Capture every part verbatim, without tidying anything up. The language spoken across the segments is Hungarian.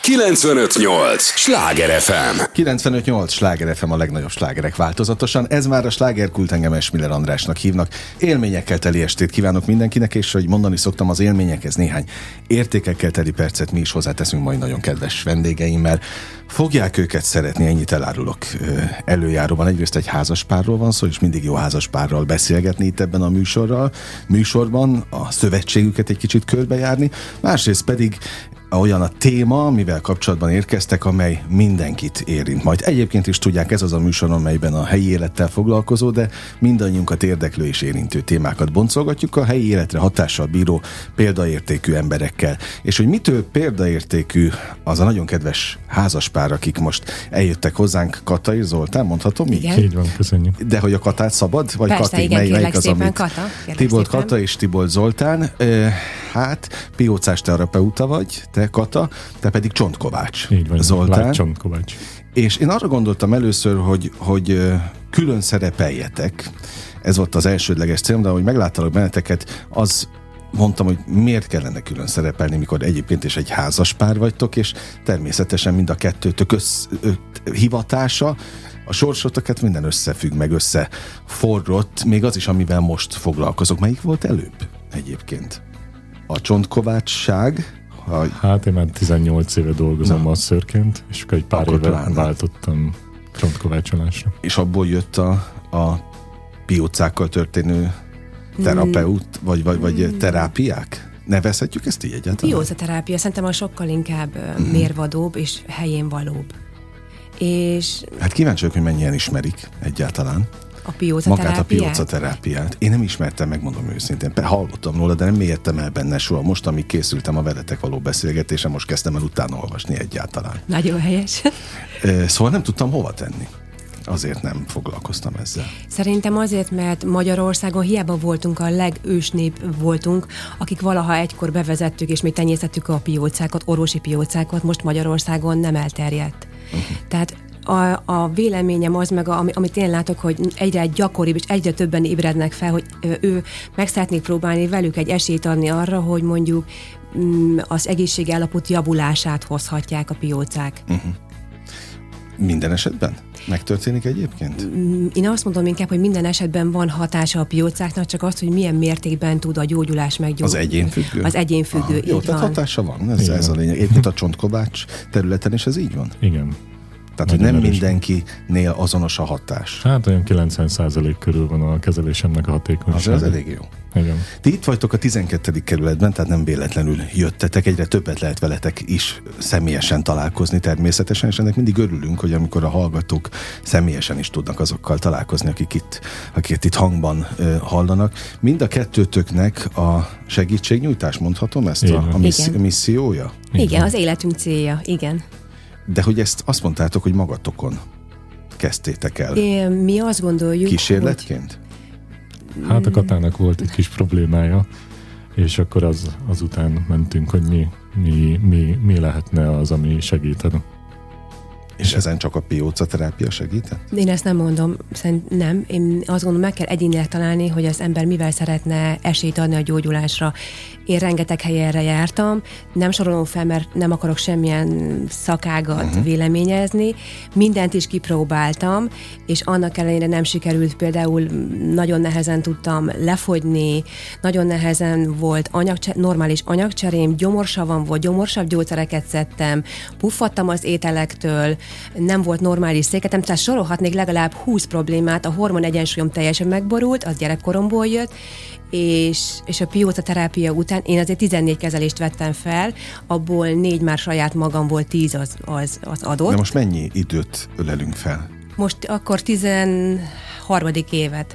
kilencvenöt nyolc Sláger ef em. kilencvenöt nyolc Sláger ef em, a legnagyobb slágerek változatosan. Ez már a slágerkult, engem Esmiller Andrásnak hívnak. Élményekkel teli estét kívánok mindenkinek, és hogy mondani szoktam, az élményekhez néhány értékekkel teli percet mi is hozzáteszünk majd nagyon kedves vendégeimmel. Fogják őket szeretni, ennyit elárulok előjáróban. Egyrészt egy házaspárról van szó, és mindig jó házaspárral beszélgetni itt ebben a műsorral, műsorban, a szövetségüket egy kicsit körbejárni. Másrészt pedig olyan a téma, amivel kapcsolatban érkeztek, amely mindenkit érint. Majd egyébként is tudják, ez az a műsor, amelyben a helyi élettel foglalkozó, de mindannyiunkat érdeklő és érintő témákat boncolgatjuk a helyi életre hatással bíró példaértékű emberekkel. És hogy mitől példaértékű az a nagyon kedves házaspár, akik most eljöttek hozzánk, Kata és Zoltán, mondhatom így? Így van, köszönjük. De hogy a Katát szabad? Vagy Persze, Kati, igen, mely, kérlek melyik az, szépen, amit... Kata. Tibolt Kata és Tibolt Zoltán. Hát, piócás terapeuta vagy, te Kata, te pedig Csontkovács. Így van, Zoltán. Csontkovács. És én arra gondoltam először, hogy, hogy külön szerepeljetek. Ez volt az elsődleges célom, de ahogy megláttalak benneteket, az mondtam, hogy miért kellene külön szerepelni, mikor egyébként is egy házaspár vagytok, és természetesen mind a kettőtök össz, ö, hivatása, a sorsotokat minden összefügg, meg összeforrott, még az is, amivel most foglalkozok. Melyik volt előbb egyébként? A Csontkovácsság? A... Hát én már tizennyolc éve dolgozom masszörként, és akkor egy pár akkor éve pláne. váltottam csontkovácsolásra. És abból jött a, a piócákkal történő terapeut, mm. vagy, vagy, vagy mm. terápiák? Nevezhetjük ezt így egyáltalán? Piócaterápia szerintem a sokkal inkább mm. mérvadóbb és helyén valóbb. És... Hát kíváncsi vagyok, hogy mennyien ismerik egyáltalán. A piócaterápiát? Magát a piócaterápiát. Én nem ismertem, megmondom őszintén. Hallottam róla, de nem mélyedtem el benne soha. Most, amíg készültem a veletek való beszélgetésre, most kezdtem el utána olvasni egyáltalán. Nagyon helyes. Szóval nem tudtam hova tenni. Azért nem foglalkoztam ezzel. Szerintem azért, mert Magyarországon hiába voltunk, a legősnép voltunk, akik valaha egykor bevezettük, és még tenyészettük a piócákat, orvosi piócákat, most Magyarországon nem elterjedt. Uh-huh. Tehát A, a véleményem az, meg a, amit én látok, hogy egyre gyakoribb, és egyre többen ébrednek fel, hogy ő meg szeretnék próbálni velük egy esélyt adni arra, hogy mondjuk az egészségállapot javulását hozhatják a piócák. Uh-huh. Minden esetben? Megtörténik egyébként? Én azt mondom inkább, hogy minden esetben van hatása a piócáknak, csak azt, hogy milyen mértékben tud a gyógyulás meggyógyulni. Az egyénfüggő? Az egyénfüggő, Aha, jó, tehát van. Hatása van, ez, ez a lényeg. Egyébként a Csontkovács területen is ez így van? Igen. Tehát, hogy nem mindenkinél azonos a hatás. Hát olyan kilencven százalék körül van a kezelésemnek a hatékonysága. Az, az elég jó. Igen. Ti itt vagytok a tizenkettedik kerületben, tehát nem véletlenül jöttetek, egyre többet lehet veletek is személyesen találkozni természetesen, és ennek mindig örülünk, hogy amikor a hallgatók személyesen is tudnak azokkal találkozni, akik itt, akiket itt hangban uh, hallanak. Mind a kettőtöknek a segítségnyújtás, mondhatom ezt, a, a misszi- missziója? Igen, igen, az életünk célja, igen. De hogy ezt azt mondtátok, hogy magatokon kezdtétek el. É, mi azt gondoljuk, kísérletként? Hogy... Hát a Katának volt egy kis problémája, és akkor az, azután mentünk, hogy mi, mi, mi, mi lehetne az, ami segítene. És ezen csak a piócaterápia segített? Én ezt nem mondom, szerint nem. Én azt gondolom, meg kell egyénileg találni, hogy az ember mivel szeretne esélyt adni a gyógyulásra. Én rengeteg helyre jártam, nem sorolom fel, mert nem akarok semmilyen szakágat uh-huh. véleményezni. Mindent is kipróbáltam, és annak ellenére nem sikerült, például nagyon nehezen tudtam lefogyni, nagyon nehezen volt anyagcser- normális anyagcserém, gyomorsavam volt, gyomorsav gyógyszereket szedtem, puffadtam az ételektől, nem volt normális széketem, tehát sorolhatnék legalább húsz problémát, a hormon egyensúlyom teljesen megborult, az gyerekkoromból jött, és, és a piócaterápia után én azért tizennégy kezelést vettem fel, abból négy már saját magam volt, tíz az, az, az adott. De most mennyi időt ölelünk fel? Most akkor tizenharmadik évet.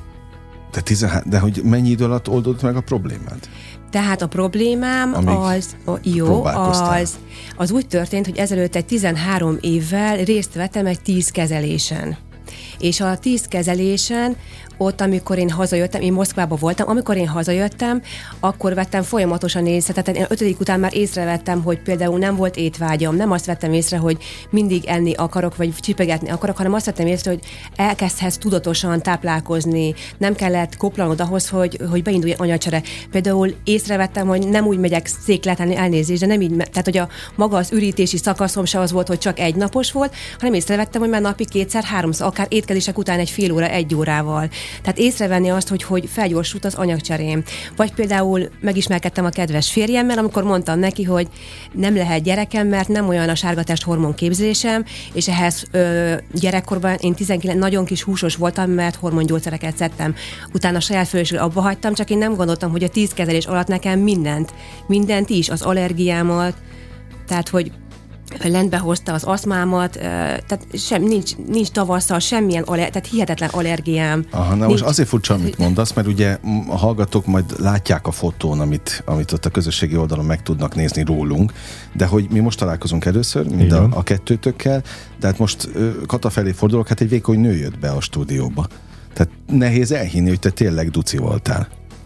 De, tizenhárom, de hogy mennyi idő alatt oldott meg a problémát? Tehát a problémám Amíg az, jó, az, az úgy történt, hogy ezelőtt egy tizenhárom évvel részt vettem egy tíz kezelésen. És a tíz kezelésen ott, amikor én hazajöttem, én Moszkvában voltam, amikor én hazajöttem, akkor vettem folyamatosan észre, tehát én ötödik után már észrevettem, hogy például nem volt étvágyam, nem azt vettem észre, hogy mindig enni akarok, vagy csipegetni akarok, hanem azt vettem észre, hogy elkezdhetsz tudatosan táplálkozni, nem kellett koplanod ahhoz, hogy, hogy beindulj anyacsere. Például észrevettem, hogy nem úgy megyek székleten, elnézést, de nem így, tehát hogy a maga az ürítési szakaszom se az volt, hogy csak egy napos volt, hanem észrevettem, hogy már napi kétszer, háromszor, akár étkezések után egy fél óra, egy órával. Tehát észrevenni azt, hogy, hogy felgyorsult az anyagcserém. Vagy például megismerkedtem a kedves férjemmel, amikor mondtam neki, hogy nem lehet gyerekem, mert nem olyan a sárgatest hormon képzésem, és ehhez ö, gyerekkorban én tizenkilenc nagyon kis húsos voltam, mert hormongyógyszereket szedtem. Utána a saját fölösségül abba hagytam, csak én nem gondoltam, hogy a tíz kezelés alatt nekem mindent, mindent is, az allergiámat, tehát hogy lentbe hozta az aszmámat, tehát sem, nincs, nincs tavasszal semmilyen, aller, tehát hihetetlen allergiám. Aha, na nincs... most azért furcsa, amit mondasz, mert ugye a hallgatók majd látják a fotón, amit, amit ott a közösségi oldalon meg tudnak nézni rólunk, de hogy mi most találkozunk először, mind a, a kettőtökkel, de hát most Kata felé fordulok, hát egy vékony nő jött be a stúdióba. Tehát nehéz elhinni, hogy te tényleg duci voltál.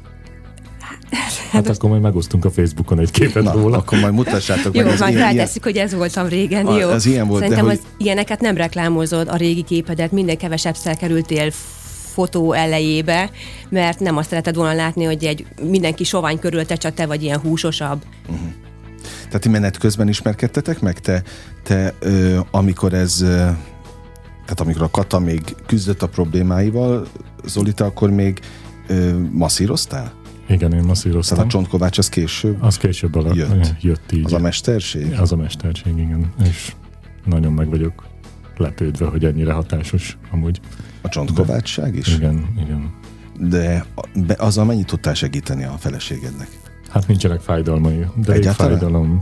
Hát akkor majd megosztunk a Facebookon egy képet Na, róla. akkor majd mutassátok jó, meg. majd feltesszük, hogy ez voltam régen. A, jó. Az ilyen volt, Szerintem de az hogy... ilyeneket nem reklámozod, a régi képedet, minden kevesebbszer kerültél fotó elejébe, mert nem azt szereted volna látni, hogy egy mindenki sovány körülte, csak te vagy ilyen húsosabb. Uh-huh. Tehát ti menet közben ismerkedtetek meg? Te, te ö, amikor ez... Ö, tehát amikor a Kata még küzdött a problémáival, Zoli, te akkor még ö, masszíroztál? Igen, én masszíroztam. Tehát a csontkovács az később Az később alak, jött. jött így. Az a mesterség? Az a mesterség, igen. És nagyon meg vagyok lepődve, hogy ennyire hatásos amúgy. A csontkovácsság is? Igen, igen. De azzal mennyit tudtál segíteni a feleségednek? Hát nincsenek fájdalmai. Derékfájdalom,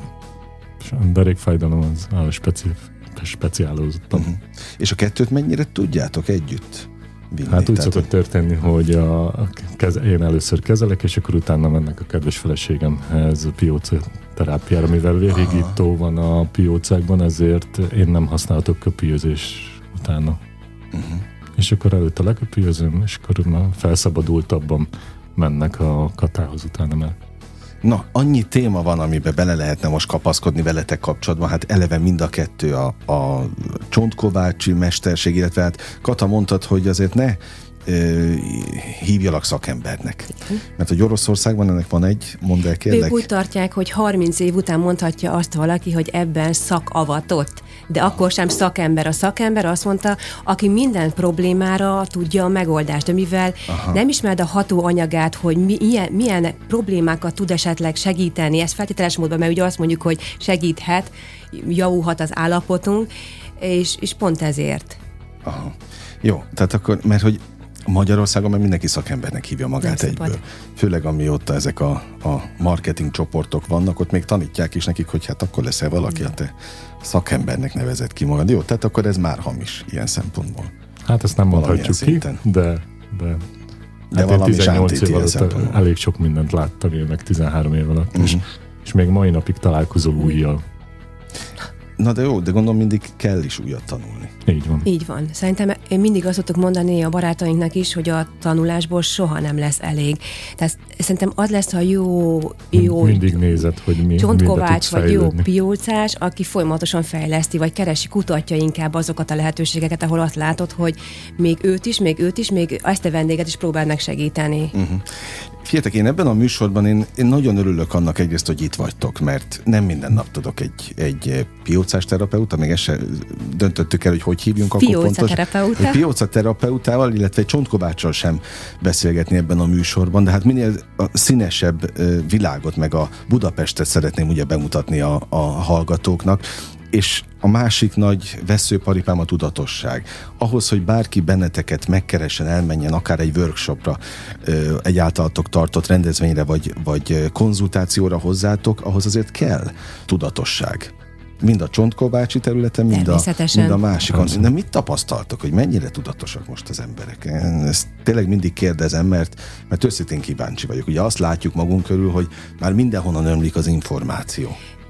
derékfájdalom az a speci, speciálózottam. Uh-huh. És a kettőt mennyire tudjátok együtt vinni? Hát úgy Tehát, szokott történni, hogy a, a keze, én először kezelek, és akkor utána mennek a kedves feleségemhez pióca terápiára, mivel vérhígító van a piócákban, ezért én nem használhatok köpőzés utána. Uh-huh. És akkor előtte leköpőzöm, és akkor már felszabadultabban mennek a Katához utána, mert na, annyi téma van, amiben bele lehetne most kapaszkodni veletek kapcsolatban, hát eleve mind a kettő a, a csontkovácsi mesterség, illetve hát Kata mondtad, hogy azért ne ö, hívjalak szakembernek. Igen. Mert hogy Oroszországban ennek van egy, mondd el kérlek. Ők úgy tartják, hogy harminc év után mondhatja azt valaki, hogy ebben szakavatott, de akkor sem szakember. A szakember azt mondta, aki minden problémára tudja a megoldást, de mivel Aha. nem ismered a hatóanyagát, hogy milyen, milyen problémákat tud esetleg segíteni, ez feltételes módban, mert ugye azt mondjuk, hogy segíthet, javulhat az állapotunk, és, és pont ezért. Aha. Jó, tehát akkor, mert hogy Magyarországon már mindenki szakembernek hívja magát nem egyből. Szabad. Főleg amióta ezek a, a marketing csoportok vannak, ott még tanítják is nekik, hogy hát akkor leszel valaki, hát te szakembernek nevezed ki magad. Jó, tehát akkor ez már hamis ilyen szempontból. Hát ezt nem mondhatjuk ki, de, de, de hát valami tizennyolc év ilyen alatt elég sok mindent láttam én meg tizenhárom év alatt, uh-huh. és, és még mai napig találkozol újjal. Na de jó, de gondolom mindig kell is újat tanulni. Így van. Így van. Szerintem én mindig azt szoktuk mondani a barátainknak is, hogy a tanulásból soha nem lesz elég. Tehát szerintem az lesz a jó, jó mindig nézed, hogy mi csontkovács vagy jó piócás, aki folyamatosan fejleszti, vagy keresi, kutatja inkább azokat a lehetőségeket, ahol azt látod, hogy még őt is, még őt is, még ezt a vendéget is próbálnak segíteni. Uh-huh. Figyeljetek, én ebben a műsorban én, én nagyon örülök annak egyrészt, hogy itt vagytok, mert nem minden nap tudok egy, egy piócás terapeuta, még ezt se döntöttük el, hogy hogy hívjunk akkor pontosan. Egy pióca terapeutával, illetve egy csontkováccsal sem beszélgetni ebben a műsorban, de hát minél a színesebb világot, meg a Budapestet szeretném ugye bemutatni a, a hallgatóknak, és a másik nagy veszőparipám a tudatosság. Ahhoz, hogy bárki benneteket megkeressen, elmenjen akár egy workshopra, egy általatok tartott rendezvényre, vagy, vagy konzultációra hozzátok, ahhoz azért kell tudatosság. Mind a csontkovácsi területen, mind a, mind a másikon. De mit tapasztaltok, hogy mennyire tudatosak most az emberek? Én ezt tényleg mindig kérdezem, mert, mert őszintén kíváncsi vagyok. Ugye azt látjuk magunk körül, hogy már mindenhonnan ömlik az információ.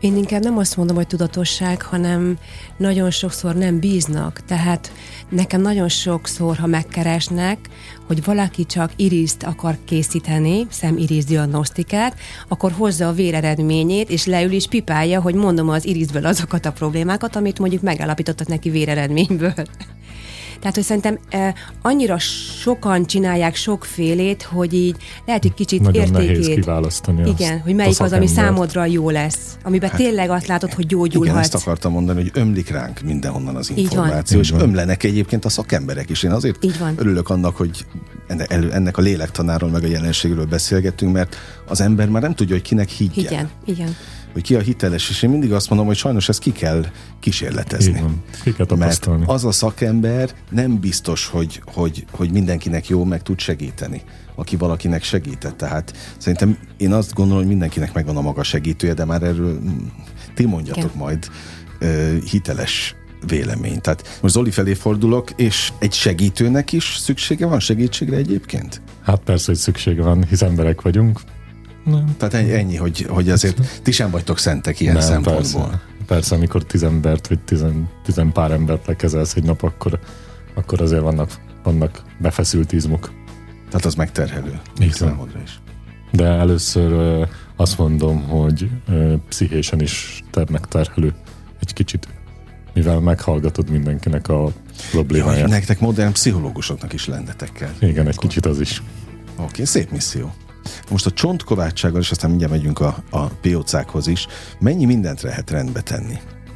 Én inkább nem azt mondom, hogy tudatosság, hanem nagyon sokszor nem bíznak. Tehát nekem nagyon sokszor, ha megkeresnek, hogy valaki csak iriszt akar készíteni, szemirisz diagnosztikát, akkor hozza a véreredményét, és leül és pipálja, hogy mondom az iriszből azokat a problémákat, amit mondjuk megállapítottak neki véreredményből. Tehát, hogy szerintem eh, annyira sokan csinálják sokfélét, hogy így lehet, hogy kicsit nagyon értékét. Nagyon nehéz kiválasztani. Igen, hogy melyik az, ami számodra jó lesz, amiben hát, tényleg azt látod, hogy gyógyulhatsz. Igen, ezt akartam mondani, hogy ömlik ránk mindenhonnan az információ, és ömlenek egyébként a szakemberek is. Én azért örülök annak, hogy ennek a lélektanáról meg a jelenségről beszélgettünk, mert az ember már nem tudja, hogy kinek higgyen. Igen, igen. Hogy ki a hiteles, és én mindig azt mondom, hogy sajnos ezt ki kell kísérletezni. Igen, ki kell mert az a szakember nem biztos, hogy, hogy, hogy mindenkinek jó, meg tud segíteni, aki valakinek segített. Tehát szerintem én azt gondolom, hogy mindenkinek megvan a maga segítője, de már erről ti mondjatok Igen. majd uh, hiteles vélemény. Tehát most Zoli felé fordulok, és egy segítőnek is szüksége van segítségre egyébként? Hát persze, hogy szüksége van, hisz emberek vagyunk. Nem. Tehát ennyi, ennyi hogy, hogy azért ti sem vagytok szentek ilyen nem, szempontból. Persze, persze, amikor tíz embert, vagy tizen, tizen pár embert lekezelsz egy nap, akkor, akkor azért vannak, vannak befeszült izmok. Tehát az megterhelő. Számodra is. De először azt mondom, hogy pszichésen is megterhelő egy kicsit, mivel meghallgatod mindenkinek a problémáját. Ja, nektek modern pszichológusoknak is lennetek kell. Igen, egy kicsit az is. Oké, okay, szép misszió. Most a csontkovácsággal, és aztán mindjárt megyünk a, a piócákhoz is, mennyi mindent lehet rendbe tenni?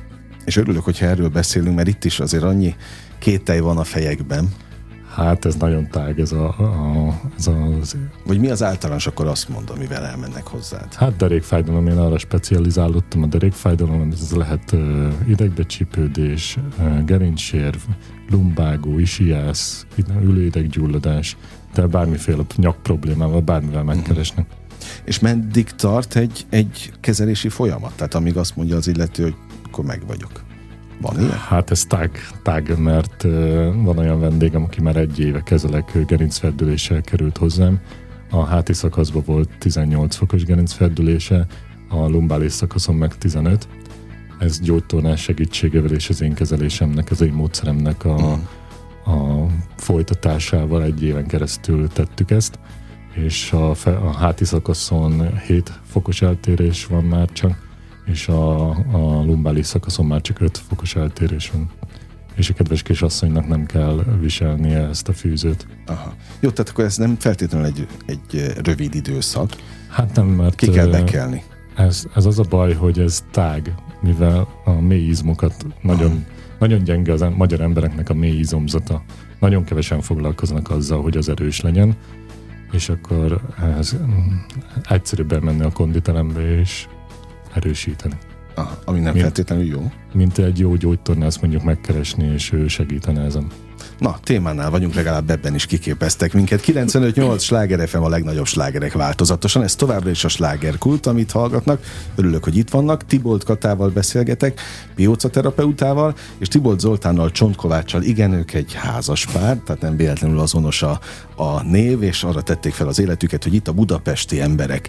És örülök, hogyha erről beszélünk, mert itt is azért annyi kételj van a fejekben. Hát ez nagyon tág, ez a... a ez az... Vagy mi az általános, akkor azt mondom, amivel elmennek hozzád? Hát derékfájdalom, én arra specializálódtam, a derékfájdalom, ez lehet uh, idegbecsípődés, uh, gerincsérv, lumbágó, isiász, ülőideggyulladás, de bármiféle nyak problémával, bármivel megkeresnek. És meddig tart egy, egy kezelési folyamat? Tehát amíg azt mondja az illető, hogy akkor meg vagyok. Van ilyen? Hát ez tág, tág mert uh, van olyan vendégem, aki már egy éve kezelek, gerincferdüléssel került hozzám. A háti szakaszban volt tizennyolc fokos gerincferdülése, a lumbális szakaszon meg tizenöt. Ez gyógytornás segítségével és az én kezelésemnek, az én módszeremnek a, mm. a folytatásával egy éven keresztül tettük ezt, és a, fe, a háti szakaszon hét fokos eltérés van már csak, és a, a lumbális szakaszon már csak öt fokos eltérés van. És a kedves kisasszonynak nem kell viselnie ezt a fűzőt. Aha. Jó, tehát akkor ez nem feltétlenül egy, egy rövid időszak. Hát nem, mert... Ki kell bekelni. Ez, ez az a baj, hogy ez tág, mivel a mély izmokat nagyon, nagyon gyenge az magyar embereknek a mély izomzata. Nagyon kevesen foglalkoznak azzal, hogy az erős legyen, és akkor ez egyszerűbb elmenni a konditerembe és erősíteni. Aha, ami nem mint, feltétlenül jó. Mint egy jó gyógytornász mondjuk megkeresni, és ő segítene ezen. Na, témánál vagyunk, legalább ebben is kiképeztek minket. kilencvenöt nyolc Sláger ef em, a legnagyobb slágerek változatosan. Ez továbbra is a slágerkult, amit hallgatnak. Örülök, hogy itt vannak. Tibolt Katával beszélgetek, pióca terapeutával, és Tibolt Zoltánnal, Csontkováccsal. Igen, ők egy házas pár, tehát nem véletlenül azonos a, a név, és arra tették fel az életüket, hogy itt a budapesti emberek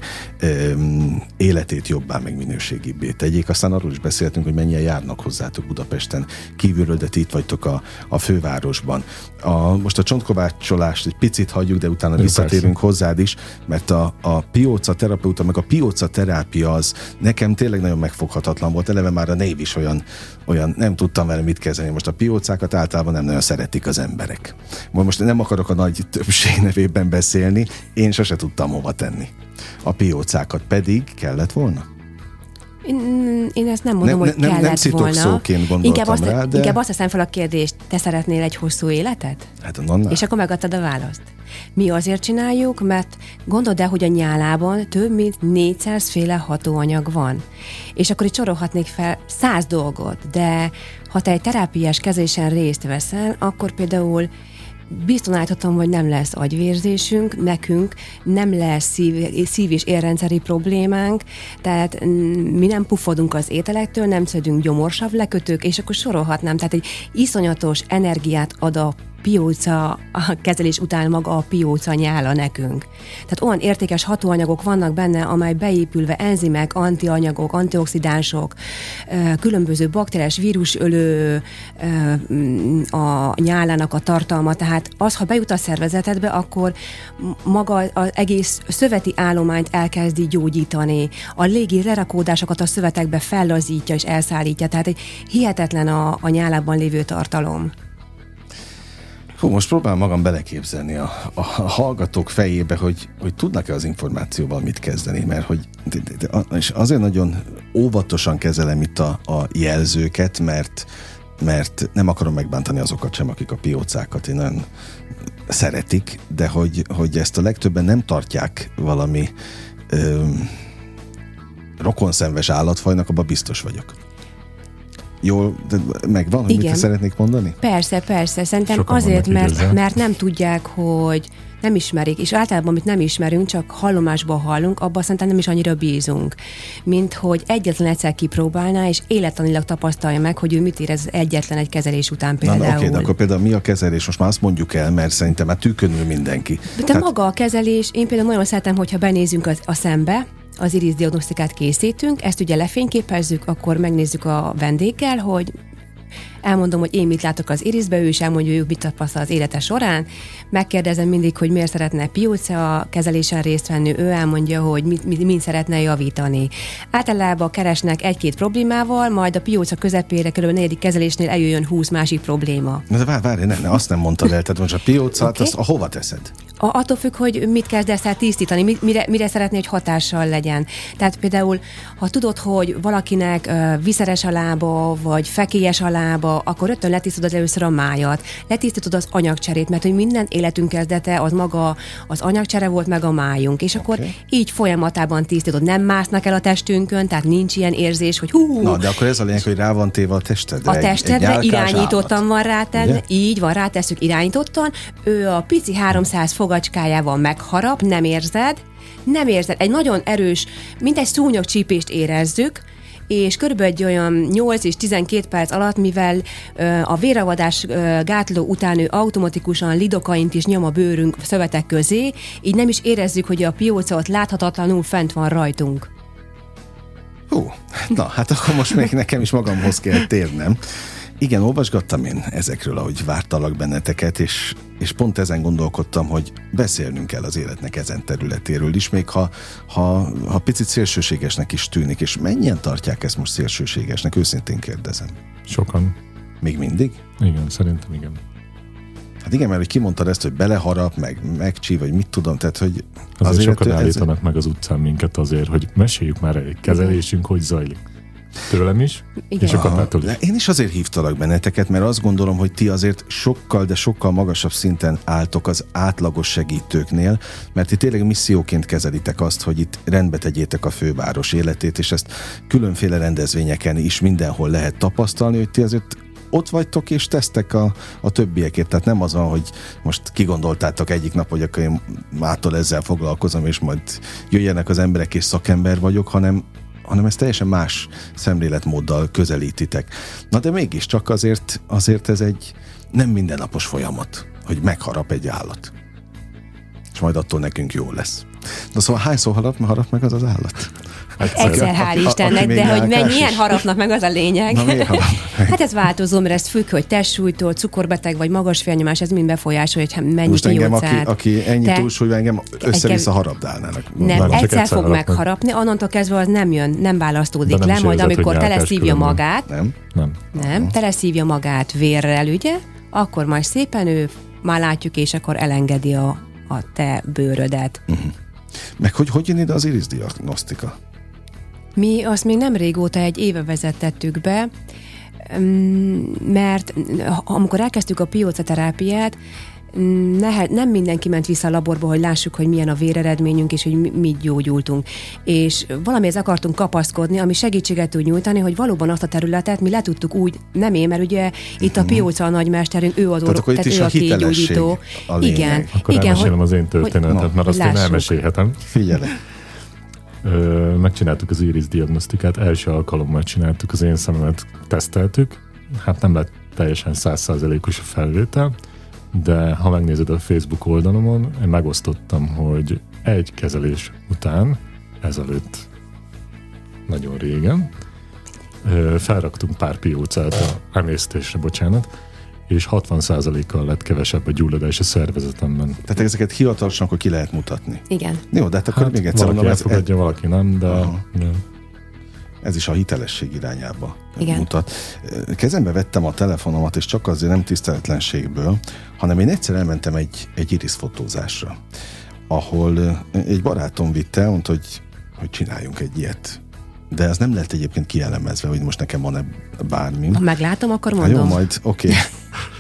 öm, életét jobbá, meg minőségibbé tegyék. Aztán arról is beszéltünk, hogy mennyien járnak hozzátok Budapesten kívülről, de ti itt vagytok a, a fővárosban. A, most a csontkovácsolást egy picit hagyjuk, de utána Jó, visszatérünk persze. hozzád is, mert a, a pióca terapeuta, meg a pióca terápia az nekem tényleg nagyon megfoghatatlan volt. Eleve már a név is olyan, olyan nem tudtam vele mit kezdeni. Most a piócákat általában nem nagyon szeretik az emberek. Most nem akarok a nagy többség nevében beszélni, én sose tudtam hova tenni. A piócákat pedig kellett volna? Én, én ezt nem mondom, nem, hogy nem, kellett nem volna. Szóként gondoltam inkább azt, rá, de... inkább azt teszem fel a kérdést, te szeretnél egy hosszú életet? Hát annál. És akkor megadtad a választ. Mi azért csináljuk, mert gondold el, hogy a nyálában több mint négyszáz féle hatóanyag van. És akkor itt sorolhatnék fel száz dolgot, de ha te egy terápiás kezelésen részt veszel, akkor például biztosan hogy nem lesz agyvérzésünk, nekünk nem lesz szív, szív- és érrendszeri problémánk, tehát mi nem puffodunk az ételektől, nem szedünk gyomorsav lekötők, és akkor sorolhatnám. Tehát egy iszonyatos energiát ad a pióca a kezelés után maga a pióca nyála nekünk. Tehát olyan értékes hatóanyagok vannak benne, amely beépülve enzimek, antianyagok, antioxidánsok, különböző bakteriás vírusölő a nyálának a tartalma. Tehát az, ha bejut a szervezetedbe, akkor maga az egész szöveti állományt elkezdi gyógyítani. A légi lerakódásokat a szövetekbe fellazítja és elszállítja. Tehát egy hihetetlen a, a nyálában lévő tartalom. Hú, most próbálom magam beleképzelni a, a, a hallgatók fejébe, hogy, hogy tudnak-e az információval mit kezdeni, mert hogy és azért nagyon óvatosan kezelem itt a, a jelzőket, mert, mert nem akarom megbántani azokat sem, akik a piócákat én nagyon szeretik, de hogy, hogy ezt a legtöbben nem tartják valami ö, rokonszenves állatfajnak, abban biztos vagyok. Jól megvan, hogy igen. Mit szeretnék mondani? Persze, persze. Szerintem Sokan azért, mert, mert nem is. tudják, hogy nem ismerik, és általában, amit nem ismerünk, csak hallomásból hallunk, abban szerintem nem is annyira bízunk, mint hogy egyetlen egyszer kipróbálná, és élettanilag tapasztalja meg, hogy ő mit érez egyetlen egy kezelés után például. Na, oké, de akkor például mi a kezelés? Most már azt mondjuk el, mert szerintem már tűkönül mindenki. De Tehát... maga a kezelés, én például nagyon szeretem, hogyha benézünk az, a szembe, az iris diagnosztikát készítünk, ezt ugye lefényképezzük, akkor megnézzük a vendéggel, hogy elmondom, hogy én mit látok az irisbe, ő is elmondja, hogy ő mit tapasztal az élete során. Megkérdezem mindig, hogy miért szeretne pióca kezelésen részt venni, ő elmondja, hogy mit, mit, mit szeretne javítani. Általában keresnek egy-két problémával, majd a pióca közepére, kb. A negyedik kezelésnél eljöjjön húsz másik probléma. De várj, várj, ne, ne, azt nem mondtad el, tehát most a piócát, okay. Azt a hova teszed? A, attól függ, hogy mit kezdesz el tisztítani, mire, mire szeretné, hogy hatással legyen. Tehát például, ha tudod, hogy valakinek uh, viszeres a lába, vagy fekélyes a lába, akkor rögtön letisztítod először a májat, letisztítod az anyagcserét, mert hogy minden életünk kezdete az maga az anyagcsere volt, meg a májunk, és okay. Akkor így folyamatában tisztítod. Nem másznak el a testünkön, tehát nincs ilyen érzés, hogy hú. Na, de akkor ez a lényeg, hogy rá van téve a testedre. A testedre egy, egy irányítottan van rátenni, így van, rátesszük irányítottan, ő a pici háromszáz fogacskájával megharap, nem érzed, nem érzed. Egy nagyon erős, mint egy szúnyogcsípést érezzük, és körülbelül egy olyan nyolc és tizenkét perc alatt, mivel ö, a véravadás ö, gátló után ő automatikusan lidokaint is nyom a bőrünk szövetek közé, így nem is érezzük, hogy a pióca ott láthatatlanul fent van rajtunk. Hú, na hát akkor most még nekem is magamhoz kell térnem. Igen, olvasgattam én ezekről, ahogy vártalak benneteket, és, és pont ezen gondolkodtam, hogy beszélnünk kell az életnek ezen területéről is, még ha, ha, ha picit szélsőségesnek is tűnik, és mennyien tartják ezt most szélsőségesnek, őszintén kérdezem. Sokan. Még mindig? Igen, szerintem igen. Hát igen, mert hogy kimondtad ezt, hogy beleharap, meg megcsív, vagy mit tudom, tehát, hogy... Azért, azért sokan ez... állítanak meg az utcán minket azért, hogy meséljük már egy kezelésünk, hogy zajlik. Tőlem is, igen. És a Katától is. Én is azért hívtalak benneteket, mert azt gondolom, hogy ti azért sokkal, de sokkal magasabb szinten álltok az átlagos segítőknél, mert ti tényleg misszióként kezelitek azt, hogy itt rendbe tegyétek a főváros életét, és ezt különféle rendezvényeken is mindenhol lehet tapasztalni, hogy ti azért ott vagytok és tesztek a, a többiekért. Tehát nem az van, hogy most kigondoltátok egyik nap, hogy akkor én mától ezzel foglalkozom, és majd jöjjenek az emberek és szakember vagyok, hanem hanem ezt teljesen más szemléletmóddal közelítitek. Na de mégiscsak azért, azért ez egy nem mindennapos folyamat, hogy megharap egy állat. És majd attól nekünk jó lesz. Na szóval hányszor harap, harap meg az az állat? Egyszer, hál' Istennek, de hogy mennyien harapnak meg, az a lényeg. Na, miért harapnak meg? Hát ez változó, mert ez függ, hogy testsúlytól, cukorbeteg vagy magas vérnyomás, ez mind befolyásolja, hogy mennyit most engem, nyújtsz aki, át. aki ennyi Te... túlsúly, engem össze-vissza harapdálnának. Nem, Már egyszer egyszer fog megharapni, onnantól kezdve az nem jön, nem választódik nem le, majd érzed, amikor teleszívja magát, Nem? Nem. nem, teleszívja magát vérrel, ugye, akkor majd szépen ő már látjuk, és akkor elengedi a, a te bőrödet. Uh-huh. Meg hogy, hogy jön ide az iris diagnosztika? Mi azt még nem régóta, egy éve vezettettük be, mert amikor elkezdtük a pióca terápiát, nem mindenki ment vissza a laborba, hogy lássuk, hogy milyen a véreredményünk, és hogy mit gyógyultunk. És valamihez akartunk kapaszkodni, ami segítséget tud nyújtani, hogy valóban azt a területet mi le tudtuk úgy, nem én, mert ugye itt a pióca a nagymesterünk, ő az orvos, tehát, tehát ő a kigyógyító. Igen. Akkor igen, elmesélem az én történetet, hogy, mert azt lássuk. Én elmesélhetem. Figyelj. Ö, megcsináltuk az iris diagnosztikát, első alkalommal csináltuk, az én szememet teszteltük, hát nem lett teljesen száz százalékos a felvétel, de ha megnézed a Facebook oldalomon, én megosztottam, hogy egy kezelés után, ezelőtt nagyon régen, felraktunk pár piócát a emésztésre, bocsánat, és hatvan százalékkal lett kevesebb a gyulladás a szervezetemben. Tehát ezeket hivatalosan akkor ki lehet mutatni. Igen. Jó, de hát akkor hát még egyszer mondom, ez, elfogadja, ez, valaki nem, de... de... Ez is a hitelesség irányába Igen. mutat. Kezembe vettem a telefonomat, és csak azért nem tiszteletlenségből, hanem én egyszer elmentem egy, egy iriszfotózásra, ahol egy barátom vitte, mondta, hogy, hogy csináljunk egy ilyet. De ez nem lehet egyébként kielemezve, hogy most nekem van-e bármi. Ha meglátom, akkor mondom. Na jó, majd, oké. Okay.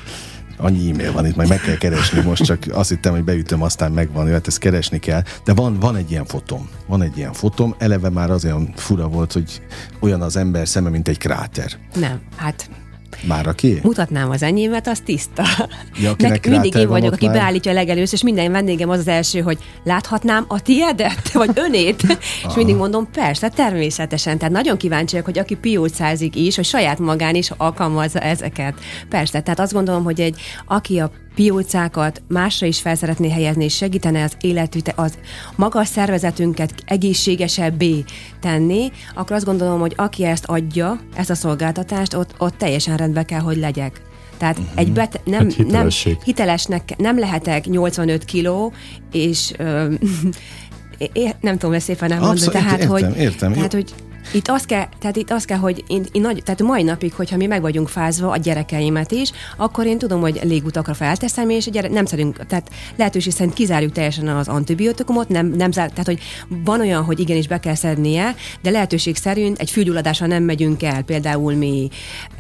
Annyi e-mail van itt, majd meg kell keresni most, csak azt hittem, hogy beütöm, aztán megvan, hát ezt keresni kell. De van, van egy ilyen fotóm. Van egy ilyen fotóm. Eleve már az olyan fura volt, hogy olyan az ember szeme, mint egy kráter. Nem, hát... Már aki? Mutatnám az enyémet, az tiszta. Ja, Nek, mindig én vagyok, aki már... beállítja a legelőször, és minden vendégem az az első, hogy láthatnám a tiédet, vagy önét? És mindig mondom, persze, természetesen. Tehát nagyon kíváncsiak, hogy aki piócázik is, hogy saját magán is alkalmazza ezeket. Persze, tehát azt gondolom, hogy egy, aki a piócákat másra is fel szeretné helyezni, és segítene az életüte, az maga a szervezetünket egészségesebbé tenni, akkor azt gondolom, hogy aki ezt adja, ezt a szolgáltatást, ott, ott teljesen rendben kell, hogy legyek. Tehát uh-huh. egy bete- nem, hát nem hitelesnek nem lehetek nyolcvanöt kiló, és ö, é, nem tudom ezt szépen nem mondani. Tehát, értem, hogy, értem, tehát, hogy Itt az kell, tehát itt az kell, hogy én, én nagy, tehát mai napig, hogyha mi meg vagyunk fázva, a gyerekeimet is, akkor én tudom, hogy légutakra felteszem, és a gyere, nem szedünk, tehát lehetőség szerint kizárjuk teljesen az antibiotikumot, nem, nem zár, tehát hogy van olyan, hogy igenis be kell szednie, de lehetőség szerint egy fülgyulladásra nem megyünk el, például mi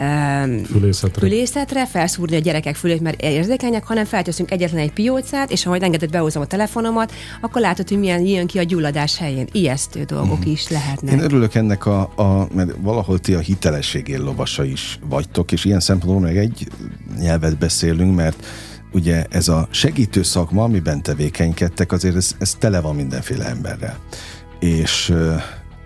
um, fülészetre. fülészetre, felszúrni a gyerekek fülét, mert érzékenyek, hanem felteszünk egyetlen egy piócát, és ha majd engedett behozom a telefonomat, akkor látod, hogy milyen jön ki a gyulladás helyén. Ijesztő dolgok mm. is lehetnek. Én örülök ennek A, a, mert valahol ti a hitelességér lovasa is vagytok, és ilyen szempontból meg egy nyelvet beszélünk, mert ugye ez a segítő szakma, amiben tevékenykedtek, azért ez, ez tele van mindenféle emberrel. És uh,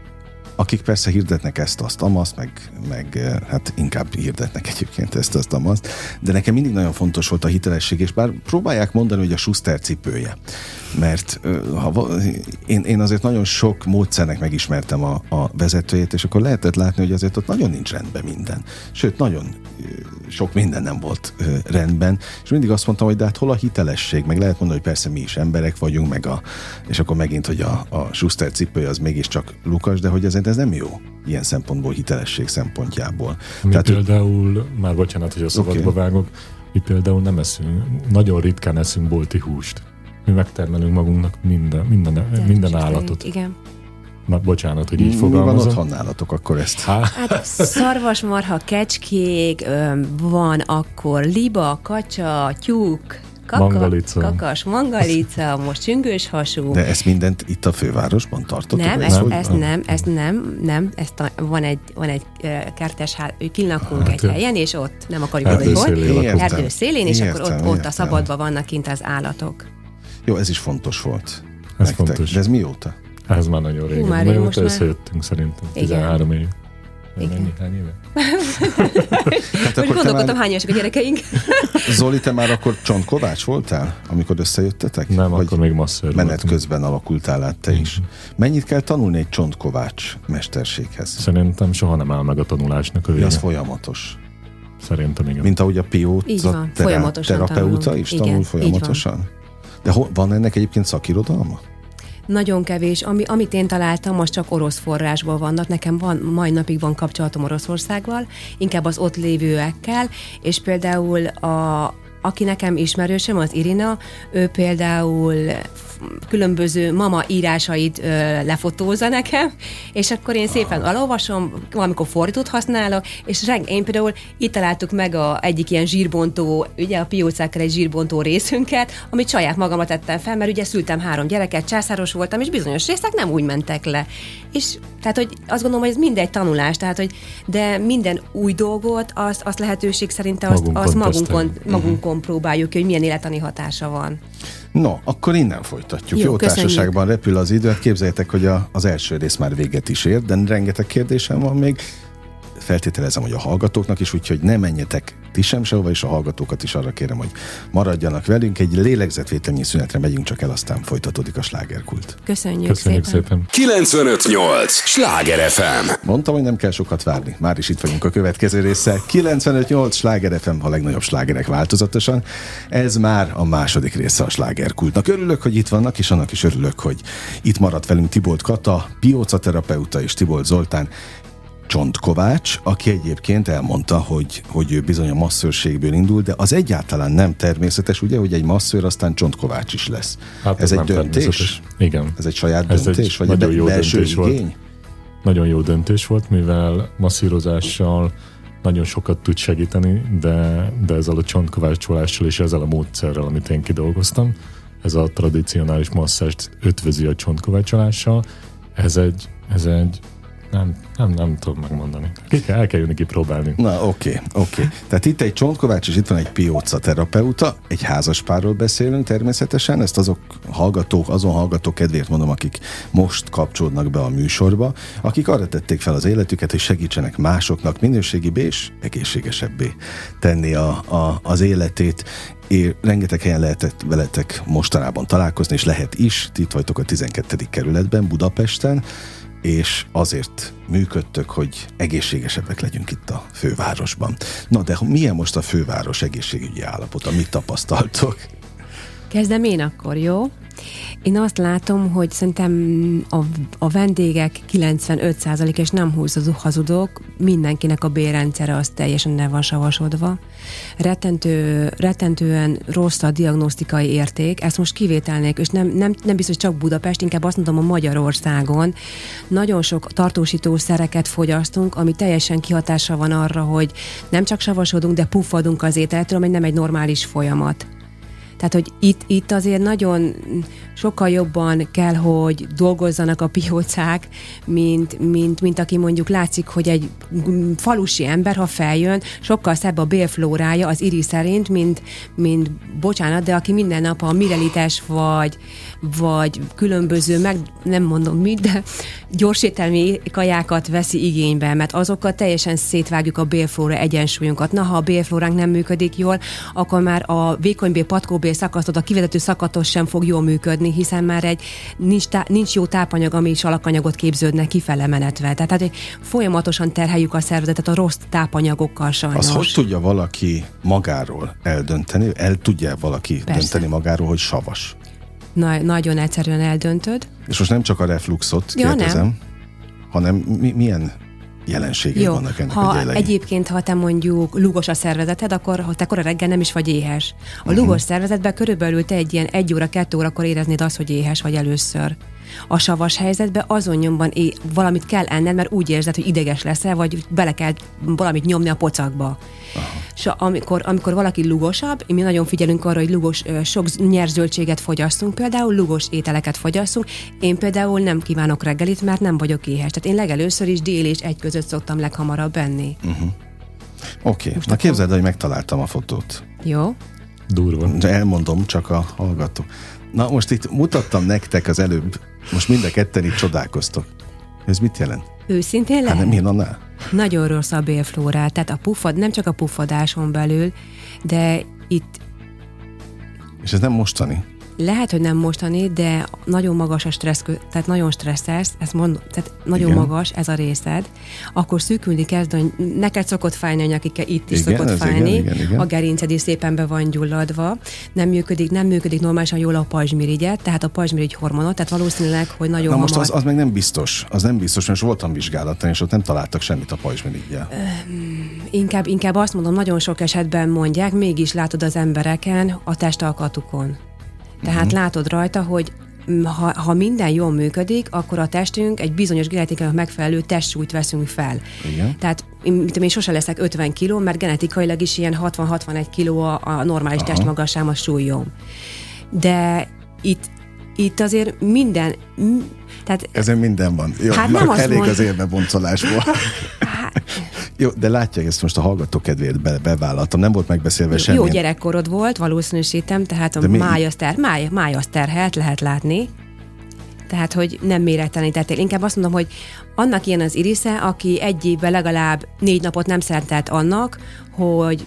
akik persze hirdetnek ezt, azt, amazt, meg, meg hát inkább hirdetnek egyébként ezt, azt, amazt, de nekem mindig nagyon fontos volt a hitelesség, és bár próbálják mondani, hogy a Schuster cipője, mert ha, én, én azért nagyon sok módszernek megismertem a, a vezetőjét, és akkor lehetett látni, hogy azért ott nagyon nincs rendben minden. Sőt, nagyon sok minden nem volt rendben, és mindig azt mondtam, hogy de hát hol a hitelesség, meg lehet mondani, hogy persze mi is emberek vagyunk, meg a, és akkor megint, hogy a, a Schuster cipője az mégiscsak Lukas, de hogy ezért ez nem jó ilyen szempontból, hitelesség szempontjából. Mi Tehát, például, már bocsánat, hogy a szabadba okay. vágok, mi például nem eszünk, nagyon ritkán eszünk bolti húst. Mi megtermelünk magunknak minden, minden, minden állatot. Igen. Na, bocsánat, hogy így fogalmazom. Mi van otthon nálatok akkor ezt? Hát szarvasmarha, kecskék, van akkor liba, kacsa, tyúk, kaka, mangalica. kakas, mangalica, most csüngős hasú. De ezt mindent itt a fővárosban tartotok? Nem, ezt, ezt, ezt nem, ezt nem, nem, ezt a, van egy, van egy uh, kertes ház, kilakunk hát, egy helyen, és ott nem akarjuk mondani, hogy hol. Erdő szélén, és értem, akkor ott, ott a szabadban vannak kint az állatok. Jó, ez is fontos volt. Ez nektek. fontos. De ez mióta? Ez már nagyon régen. Hú, már nagyon most összejöttünk szerintem. tizenhárom év. Mennyi? Hány éve? Hát most gondolkodtam, hány évesek a gyerekeink. Zoli, te már akkor csontkovács voltál, amikor összejöttetek? Nem, vagy akkor még masször menet voltam. közben alakultál át te is. Mennyit kell tanulni egy csontkovács mesterséghez? Szerintem soha nem áll meg a tanulásnak a vége. Az folyamatos. Szerintem igen. Mint ahogy a pióca terá- terapeuta is tanul igen, folyamatosan? De ho- van ennek egyébként szakirodalma? Nagyon kevés. Ami, amit én találtam, most csak orosz forrásból vannak. Nekem van, mai napig van kapcsolatom Oroszországgal, inkább az ott lévőekkel, és például a aki nekem ismerősöm, az Irina, ő például különböző mama írásait ö, lefotózza nekem, és akkor én szépen elolvasom, valamikor fordítót használok, és reng, én például itt találtuk meg a egyik ilyen zsírbontó, ugye a piócákkal egy zsírbontó részünket, amit saját magamra tettem fel, mert ugye szültem három gyereket, császáros voltam, és bizonyos részek nem úgy mentek le. És tehát, hogy azt gondolom, hogy ez mindegy tanulás, tehát, hogy de minden új dolgot, azt, azt lehetőség szerint azt, magunkon, azt magunkon, magunkon uh-huh. próbáljuk, hogy milyen élettani hatása van. No, akkor innen folytatjuk. Jó, Jó társaságban repül az idő. Hát képzeljétek, hogy a, az első rész már véget is ért, de rengeteg kérdésem van még. feltételezem, hogy a hallgatóknak is, úgyhogy ne menjetek ti sem sehova, és a hallgatókat is arra kérem, hogy maradjanak velünk. Egy lélegzetvételnyi szünetre megyünk csak el, aztán folytatódik a slágerkult. Köszönjük, Köszönjük szépen. szépen. kilencvenöt nyolc Sláger ef em. Mondtam, hogy nem kell sokat várni. Már is itt vagyunk a következő résszel. kilencvenöt nyolc Sláger ef em, a legnagyobb slágerek változatosan. Ez már a második része a slágerkultnak. Örülök, hogy itt vannak, és annak is örülök, hogy itt maradt velünk Tibold Kata, piócaterapeuta, és Tibold Zoltán, Csontkovács, aki egyébként elmondta, hogy, hogy ő bizony a masszőrségből indul, de az egyáltalán nem természetes, ugye, hogy egy masszőr aztán Csontkovács is lesz. Hát ez ez egy döntés? Igen. Ez egy saját Ez döntés? egy Vagy nagyon egy jó belső döntés igény? volt. Nagyon jó döntés volt, mivel masszírozással nagyon sokat tud segíteni, de, de ezzel a csontkovácsolással és ezzel a módszerrel, amit én kidolgoztam, ez a tradicionális masszást ötvözi a csontkovácsolással, ez egy, ez egy nem, nem, nem tudom megmondani. Ki kell, el kell jönni kipróbálni. Na, oké, okay, oké. Okay. Tehát itt egy Csontkovács, és itt van egy pióca terapeuta, egy házaspárról beszélünk természetesen, ezt azok hallgatók, azon hallgatók kedvéért mondom, akik most kapcsolódnak be a műsorba, akik arra tették fel az életüket, hogy segítsenek másoknak minőségibbé és egészségesebbé tenni a, a, az életét. És rengeteg helyen lehetett veletek mostanában találkozni, és lehet is, ti itt vagytok a tizenkettedik kerületben, Budapesten, és azért működtök, hogy egészségesebbek legyünk itt a fővárosban. Na, de milyen most a főváros egészségügyi állapota? Mit tapasztaltok? Kezdem én akkor, jó? Én azt látom, hogy szerintem a, a vendégek kilencvenöt százalék, és nem hazudok, mindenkinek a bérrendszere az teljesen le van savasodva. Rettentő, rettentően rossz a diagnosztikai érték, ezt most kivételnék, és nem, nem, nem biztos, hogy csak Budapest, inkább azt mondom, a Magyarországon. Nagyon sok tartósítószereket fogyasztunk, ami teljesen kihatással van arra, hogy nem csak savasodunk, de puffadunk az ételettől, ami nem egy normális folyamat. Tehát, hogy itt, itt azért nagyon sokkal jobban kell, hogy dolgozzanak a piócák, mint, mint, mint aki mondjuk látszik, hogy egy falusi ember, ha feljön, sokkal szebb a bélflórája az iri szerint, mint, mint bocsánat, de aki minden nap a mirelites vagy, vagy különböző, meg nem mondom mit, de gyorsételmi kajákat veszi igénybe, mert azokkal teljesen szétvágjuk a bélflóra egyensúlyunkat. Na, ha a bélflóránk nem működik jól, akkor már a vékonybél, patkóbél szakasztod, a kivezető szakatos sem fog jól működni, hiszen már egy nincs, tá- nincs jó tápanyag, ami is alakanyagot képződnek kifele menetve. Tehát, tehát folyamatosan terheljük a szervezetet a rossz tápanyagokkal sajnos. Az hogy tudja valaki magáról eldönteni, el tudja valaki Persze. dönteni magáról, hogy savas? Na, nagyon egyszerűen eldöntöd. És most nem csak a refluxot Ja, kérdezem, nem. hanem mi, milyen jelenségei Jó, vannak ennek ha a jelei? egyébként, ha te mondjuk lugos a szervezeted, akkor ha te kora reggel nem is vagy éhes. A uh-huh. lugos szervezetben körülbelül te egy ilyen egy óra, kettő órakor éreznéd azt, hogy éhes vagy először. A savas helyzetben azon nyomban é- valamit kell enned, mert úgy érzed, hogy ideges leszel, vagy bele kell valamit nyomni a pocakba. És amikor, amikor valaki lugosabb, mi nagyon figyelünk arra, hogy lugos, sok nyers zöldséget fogyasszunk, például lugos ételeket fogyasszunk. Én például nem kívánok reggelit, mert nem vagyok éhes. Tehát én legelőször is dél és egy között szoktam leghamarabb enni. Uh-huh. Oké, okay. Na képzeld, hogy megtaláltam a fotót. Jó. Durva. De elmondom, csak a hallgató. Na most itt mutattam nektek az előbb, most mind a ketten itt csodálkoztok. Ez mit jelent? Őszintén lehet? Hát nem én annál? Nagyon rossz a bélflórá, tehát a puffad, nem csak a puffadáson belül, de itt És ez nem mostani? lehet, hogy nem mostani, de nagyon magas a stressz, tehát nagyon stresszes, ezt mondom, tehát nagyon Igen. magas ez a részed, akkor szűkülni kezd, hogy neked szokott fájni, nyakikkel itt is Igen, szokott ez fájni, igen, igen, igen. a gerinced is szépen be van gyulladva, nem működik, nem működik normálisan jól a pajzsmirigyet, tehát a pajzsmirigy hormonot, tehát valószínűleg, hogy nagyon Na hamar... most az, az meg nem biztos, az nem biztos, mert voltam vizsgálaton, és ott nem találtak semmit a pajzsmirigyel. Inkább, inkább azt mondom, nagyon sok esetben mondják, mégis látod az embereken a testalkatukon. Tehát uh-huh. látod rajta, hogy ha, ha minden jól működik, akkor a testünk egy bizonyos genetikának megfelelő testsúlyt veszünk fel. Igen. Tehát én, én sose leszek ötven kiló, mert genetikailag is ilyen hatvan-hatvanegy kiló a, a normális Aha. testmagasságom, a súlyom. De itt, itt azért minden... Tehát, Ezen minden van. Jó, hát na, nem azt elég mond... az érveboncolásból. Jó, de látja, ezt most a hallgató kedvéért be, bevállaltam. Nem volt megbeszélve semmi. Jó gyerekkorod volt, valószínűsítem, tehát a mi... máj az, ter, máj, máj az terhelt, lehet látni. Tehát, hogy nem mérettelenítettél. Inkább azt mondom, hogy annak ilyen az irisze, aki egy évben legalább négy napot nem szentelt annak, hogy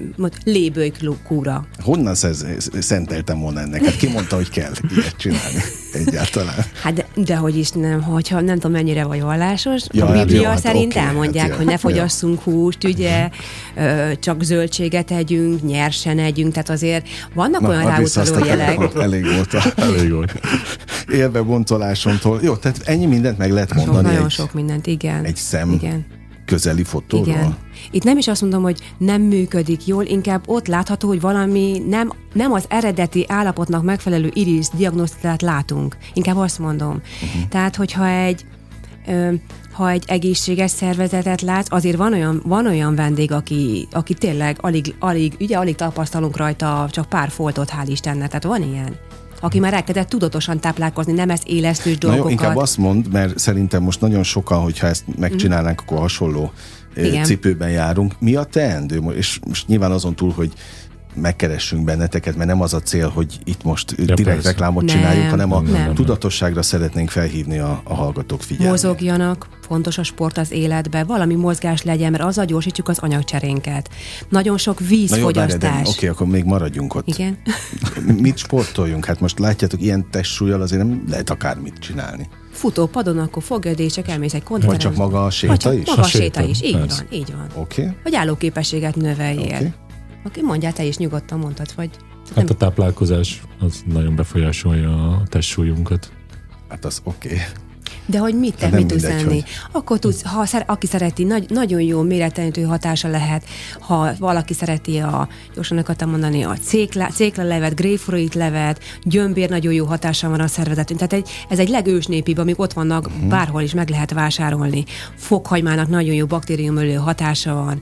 lébölykúra. Honnan szez, szenteltem volna ennek? Hát ki mondta, hogy kell ilyet csinálni egyáltalán? Hát de, dehogy is nem, hogyha nem tudom mennyire vagy vallásos. Ja, a Biblia jó, hát szerint oké, elmondják, hát hogy ne fogyasszunk húst, ugye, csak zöldséget együnk, nyersen együnk, tehát azért vannak Na, olyan ráutaló jelek. Elég volt. A... Elég volt. Élve boncolásomtól. Jó, tehát ennyi mindent meg lehet mondani. Sok, nagyon egy, sok mindent, igen. Egy szem igen. közeli fotóról. Igen. Itt nem is azt mondom, hogy nem működik jól, inkább ott látható, hogy valami nem, nem az eredeti állapotnak megfelelő iris diagnosztikát látunk. Inkább azt mondom. Uh-huh. Tehát, hogyha egy ö, ha egy egészséges szervezetet látsz, azért van olyan, van olyan vendég, aki, aki tényleg alig, alig, ugye alig tapasztalunk rajta, csak pár foltot, hál' Istennek. Tehát van ilyen. Aki már elkezdett tudatosan táplálkozni, nem ez élesztős dolgokat. Na jó, inkább azt mondd, mert szerintem most nagyon sokan, hogyha ezt megcsinálnánk, mm. akkor hasonló Igen. cipőben járunk. Mi a teendő? És most nyilván azon túl, hogy megkeressünk benneteket, mert nem az a cél, hogy itt most ja, direkt persze. reklámot nem, csináljuk, hanem a nem. tudatosságra szeretnénk felhívni a, a hallgatók figyelmét. Mozogjanak, fontos a sport az életbe, valami mozgás legyen, mert azzal gyorsítjuk az anyagcserénket. Nagyon sok vízfogyasztás. Oké, akkor még maradjunk ott. Igen. Mit sportoljunk? Hát most látjátok, ilyen testsúllyal azért nem lehet akármit csinálni. Futópadon, akkor fogod, és csak elmész egy kontinens. Vagy csak maga a séta is? Maga a, a séta is, így persze. van, így van. Oké. Okay. Vagy állóképességet növeljél. Okay. Oké, mondjál te is, nyugodtan mondtad, vagy... Hát nem... a táplálkozás az nagyon befolyásolja a testsúlyunkat. Hát az oké. Okay. De hogy mit te, hát mit tudsz enni? Hogy... Akkor tudsz, ha szer, aki szereti, nagy, nagyon jó mérettelenítő hatása lehet, ha valaki szereti a, gyorsan akartam mondani, a cékla, céklalevet, grapefruit levet, gyömbér nagyon jó hatása van a szervezetünk. Tehát egy, ez egy legősnépibb, amik ott vannak, uh-huh. bárhol is meg lehet vásárolni. Fokhagymának nagyon jó baktériumölő hatása van.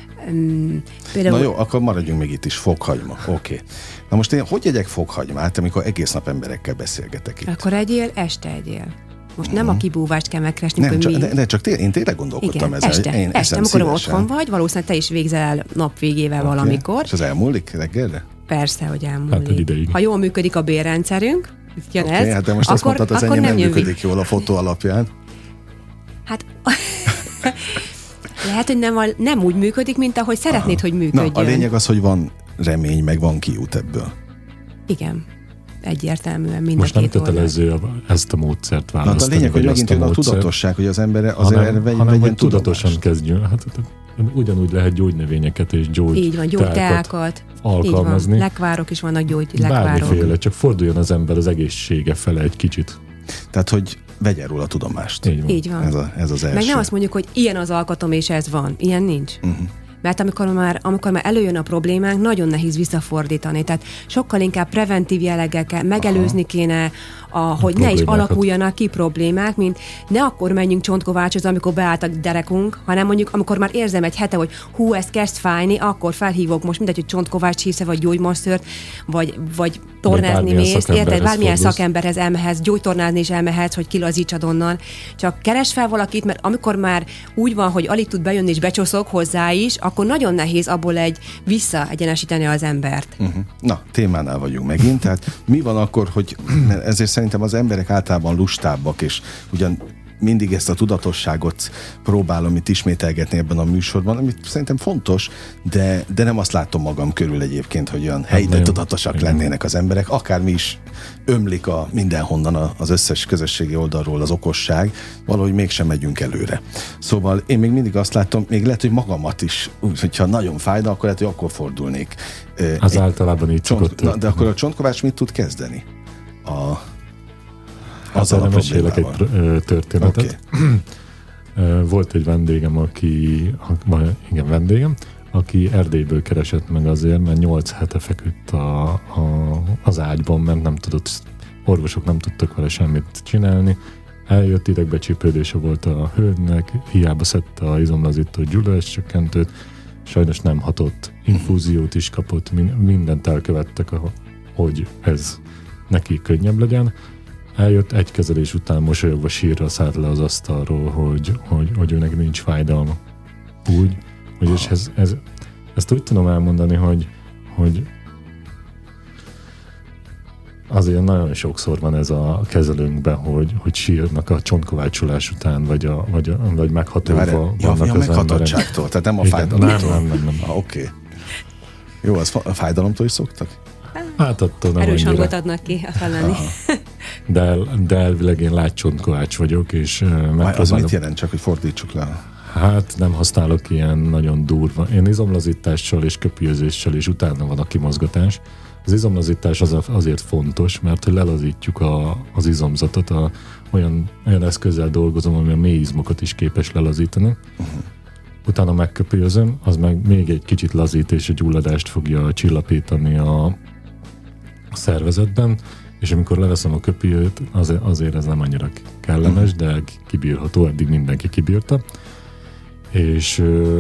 Um, például... Na jó, akkor maradjunk még itt is, fokhagyma. Oké. Okay. Na most én hogy egyek fokhagymát, amikor egész nap emberekkel beszélgetek itt? Akkor egyél, este egyél. Most nem uh-huh. a kibúvást kell megkeresni, nem, hogy csak, mi... De, de csak té- én tényleg gondolkodtam Igen, ezen. este, én este, amikor otthon vagy, valószínűleg te is végzel nap végével okay. valamikor. És az elmúlik reggelre? Persze, hogy elmúlik. Hát egy ideig. Ha jól működik a bérrendszerünk, jön okay, ez, hát de most akkor, azt mondtad, az enyém nem, nem működik jól a fotó alapján. Hát... Lehet, hogy nem, a, nem úgy működik, mint ahogy szeretnéd, Aha. hogy működjön. Na, a lényeg az, hogy van remény, meg van kiút ebből. Igen. Egyértelműen mind most a két nem kötelező oldal. Ezt a módszert választani. Na, a lényeg, hogy megint jön a tudatosság, hogy az ember azért hanem, vegy, hanem vegyen tudatosan kezdjön. Hát, ugyanúgy lehet gyógynövényeket és gyógy Így van, gyógyteákat alkalmazni. Így van, lekvárok is vannak, gyógylekvárok. Bármiféle, csak forduljon az ember az egészsége fele egy kicsit. Tehát, hogy vegyen róla tudomást. Így van. Így van. Ez, a, ez az első. Meg nem azt mondjuk, hogy ilyen az alkatom, és ez van. Ilyen nincs. Uh-huh. Mert amikor már, amikor már előjön a problémánk, nagyon nehéz visszafordítani. Tehát sokkal inkább preventív jelleggel kell, megelőzni Aha. kéne, a, hogy a ne is alakuljanak ki problémák, mint ne akkor menjünk csontkovácshoz, amikor beállt a derekunk, hanem mondjuk, amikor már érzem egy hete, hogy hú, ez kezd fájni, akkor felhívok most mindegy, hogy csontkovács hívsz, vagy gyógymasszört, vagy, vagy tornázni mész, érted? Bármilyen szakemberhez elmehetsz, gyógytornázni is elmehetsz, hogy kilazítsad onnan. Csak keres fel valakit, mert amikor már úgy van, hogy alig tud bejönni és becsoszok hozzá is, akkor nagyon nehéz abból egy visszaegyenesíteni az embert. Uh-huh. Na, témánál vagyunk megint, tehát mi van akkor, hogy ezért szerintem az emberek általában lustábbak, és ugyan mindig ezt a tudatosságot próbálom itt ismételgetni ebben a műsorban, amit szerintem fontos, de, de nem azt látom magam körül egyébként, hogy olyan helyi tudatosak igen. lennének az emberek, akármi is ömlik a mindenhonnan az összes közösségi oldalról az okosság, valahogy mégsem megyünk előre. Szóval én még mindig azt látom, még lehet, hogy magamat is, hogyha nagyon fájna, akkor lehet, hogy akkor fordulnék. Az általában így csont, na, de akkor a csontkovács mit tud kezdeni? A azzal hát, a mesélek egy történetet. Okay. Volt egy vendégem, aki, igen, vendégem, aki Erdélyből keresett meg azért, mert nyolc hete feküdt a, a, az ágyban, mert nem tudott, orvosok nem tudtak vele semmit csinálni. Eljött, idegbecsípődése volt a hölgynek, hiába szedte a izomlazító gyulladáscsökkentőt, sajnos nem hatott. Infúziót is kapott, mindent elkövettek, hogy ez neki könnyebb legyen. Eljött, egy kezelés után mosolyogva sírra szállt le az asztalról, hogy, hogy, hogy őnek nincs fájdalma. Úgy, hogy és ez, ez, ezt úgy tudom elmondani, hogy, hogy azért nagyon sokszor van ez a kezelőnkben, hogy, hogy sírnak a csontkovácsolás után, vagy, a, vagy, a, vagy meghatódva vannak ja, az emberek. meghatottságtól, tehát nem a Igen, fájdalomtól. Nem, nem, nem. nem. Ah, oké. Okay. Jó, az a fájdalomtól is szoktak? Hát attól nem erős annyira. hangot adnak ki a hallani. De, de elvileg én lágycsontkovács vagyok, és megpróbálom... Az mit jelent, csak hogy fordítsuk le? Hát nem használok ilyen nagyon durva. Én izomlazítással és köpűzéssel, és utána van a kimozgatás. Az izomlazítás az azért fontos, mert hogy lelazítjuk a, az izomzatot, a, olyan, olyan eszközzel dolgozom, ami a mély izmokat is képes lelazítani. Uh-huh. Utána megköpőzöm, az meg még egy kicsit lazít, és a gyulladást fogja csillapítani a, a szervezetben, és amikor leveszem a köpőt, az, azért ez nem annyira kellemes, uh-huh. de kibírható, eddig mindenki kibírta. És ö,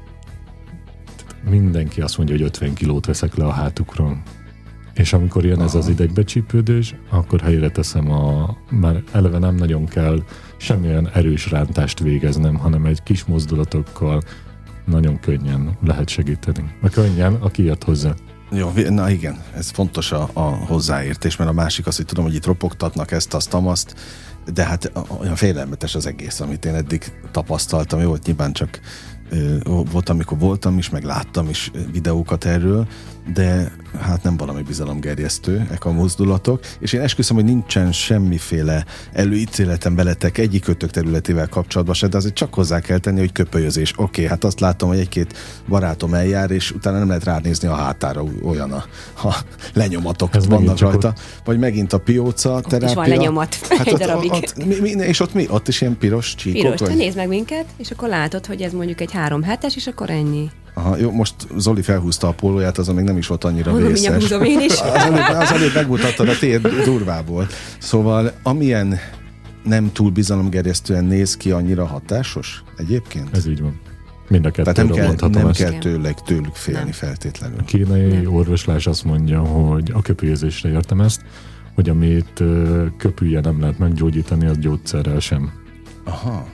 mindenki azt mondja, hogy ötven kilót veszek le a hátukról. És amikor jön Aha. ez az idegbecsípődés, akkor helyre teszem a... Már eleve nem nagyon kell semmilyen erős rántást végeznem, hanem egy kis mozdulatokkal nagyon könnyen lehet segíteni. Mert könnyen, aki ért hozzá. Jó, na igen, ez fontos a, a hozzáértés, mert a másik az, hogy tudom, hogy itt ropogtatnak ezt, azt, amazt, de hát olyan félelmetes az egész, amit én eddig tapasztaltam. Jó, nyilván csak ö, volt, amikor voltam is, meg láttam is videókat erről, de hát nem valami bizalomgerjesztő ek a mozdulatok, és én esküszöm, hogy nincsen semmiféle előítéletem veletek egyik-ötök területével kapcsolatban se, de azért csak hozzá kell tenni, hogy köpölyözés. Oké, okay, hát azt látom, hogy egy-két barátom eljár, és utána nem lehet ránézni a hátára, olyan a, a lenyomatok Ez vannak rajta. Ott... Vagy megint a pióca terápia. Ott is van lenyomat, hát egy ott, darabig. Ott, mi, mi, és ott mi? Ott is ilyen piros csíkok? Piros, vagy? te nézd meg minket, és akkor látod, hogy ez mondjuk egy három hetes, és akkor ennyi. Aha, jó, most Zoli felhúzta a pólóját, azon még nem is volt annyira Mondom, vészes. húzom én is. Az előbb, az előbb megmutattad, a tiéd durvább volt. Szóval amilyen nem túl bizalomgerjesztően néz ki, annyira hatásos egyébként? Ez így van. Mind a kettőről nem kell, mondhatom nem ezt. kell tőlük, tőlük félni nem. feltétlenül. A kínai nem. orvoslás azt mondja, hogy a köpőjezésre értem ezt, hogy amit köpülje nem lehet meggyógyítani, az gyógyszerrel sem. Aha.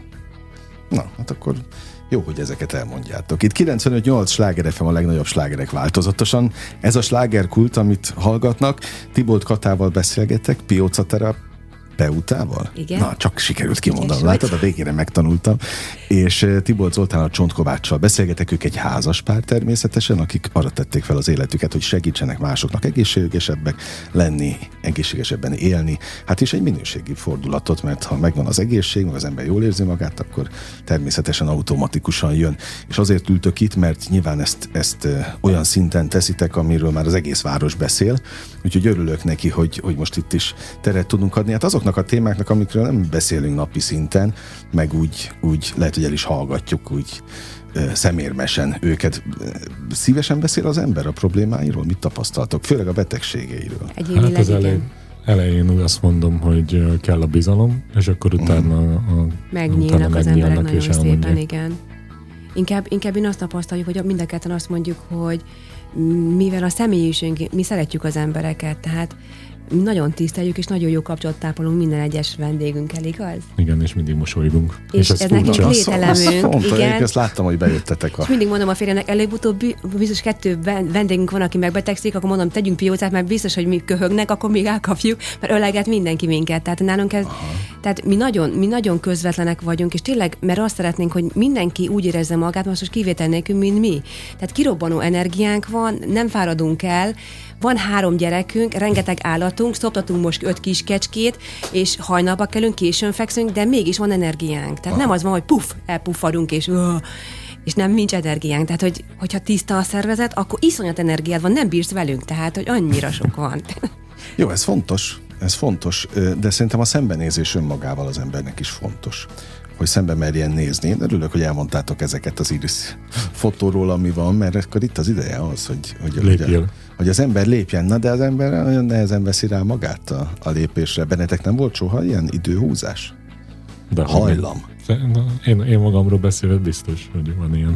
Na, hát akkor jó, hogy ezeket elmondjátok. Itt kilencvenöt nyolc Sláger ef em a legnagyobb slágerek változatosan. Ez a slágerkult, amit hallgatnak. Tibold Katával beszélgetek, Pióca terapeutával. Igen. Na, csak sikerült kimondanom. Látod, a végére megtanultam. És Tibold Zoltán a Csontkováccsal beszélgetek, ők egy házas pár természetesen, akik arra tették fel az életüket, hogy segítsenek másoknak egészségesebbek lenni, egészségesebben élni. Hát is egy minőségi fordulatot, mert ha megvan az egészség, meg az ember jól érzi magát, akkor természetesen automatikusan jön. És azért ültök itt, mert nyilván ezt, ezt olyan szinten teszitek, amiről már az egész város beszél, úgyhogy örülök neki, hogy, hogy most itt is teret tudunk adni. Hát azoknak a témáknak, amikről nem beszélünk napi szinten, meg úgy, úgy lehet, hogy el is hallgatjuk, úgy szemérmesen őket. Szívesen beszél az ember a problémáiról? Mit tapasztaltok? Főleg a betegségeiről. Hát az elején, elején úgy azt mondom, hogy kell a bizalom, és akkor utána, a, megnyílnak utána az emberek nagyon és szépen, elmondják. igen. Inkább, inkább én azt tapasztaljuk, hogy mind a ketten azt mondjuk, hogy mivel a személyiségünk, mi szeretjük az embereket, tehát nagyon tiszteljük, és nagyon jó kapcsolatot tápolunk minden egyes vendégünkkel, igaz? Igen, és mindig mosolygunk. És, és ez, ez nekünk lételemünk. Azt igen. Én ezt láttam, hogy bejöttetek. A... És mindig mondom a férjemnek, előbb-utóbb biztos kettő vendégünk van, aki megbetegszik, akkor mondom, tegyünk piócát, mert biztos, hogy mi köhögnek, akkor még elkapjuk, mert öleget mindenki minket. Tehát nálunk ez, tehát mi nagyon, mi nagyon közvetlenek vagyunk, és tényleg, mert azt szeretnénk, hogy mindenki úgy érezze magát, most kivétel nélkül, mint mi. Tehát kirobbanó energiánk van, nem fáradunk el, van három gyerekünk, rengeteg állatunk, szoptatunk most öt kis kecskét, és hajnalba kelünk, későn fekszünk, de mégis van energiánk. Tehát Aha. nem az van, hogy puff, elpuffadunk, és uh, és nem nincs energiánk. Tehát, hogy, hogyha tiszta a szervezet, akkor iszonyat energiád van, nem bírsz velünk, tehát, hogy annyira sok van. Jó, ez fontos, ez fontos, de szerintem a szembenézés önmagával az embernek is fontos, hogy szembe merjen nézni. Én örülök, hogy elmondtátok ezeket az Iris fotóról, ami van, mert akkor itt az ideje az, hogy, hogy, hogy, hogy az ember lépjen. Na, de az ember olyan nehezen veszi rá magát a, a lépésre. Bennetek nem volt soha ilyen időhúzás? De hajlam. Én, én magamról beszélek, biztos, hogy van ilyen.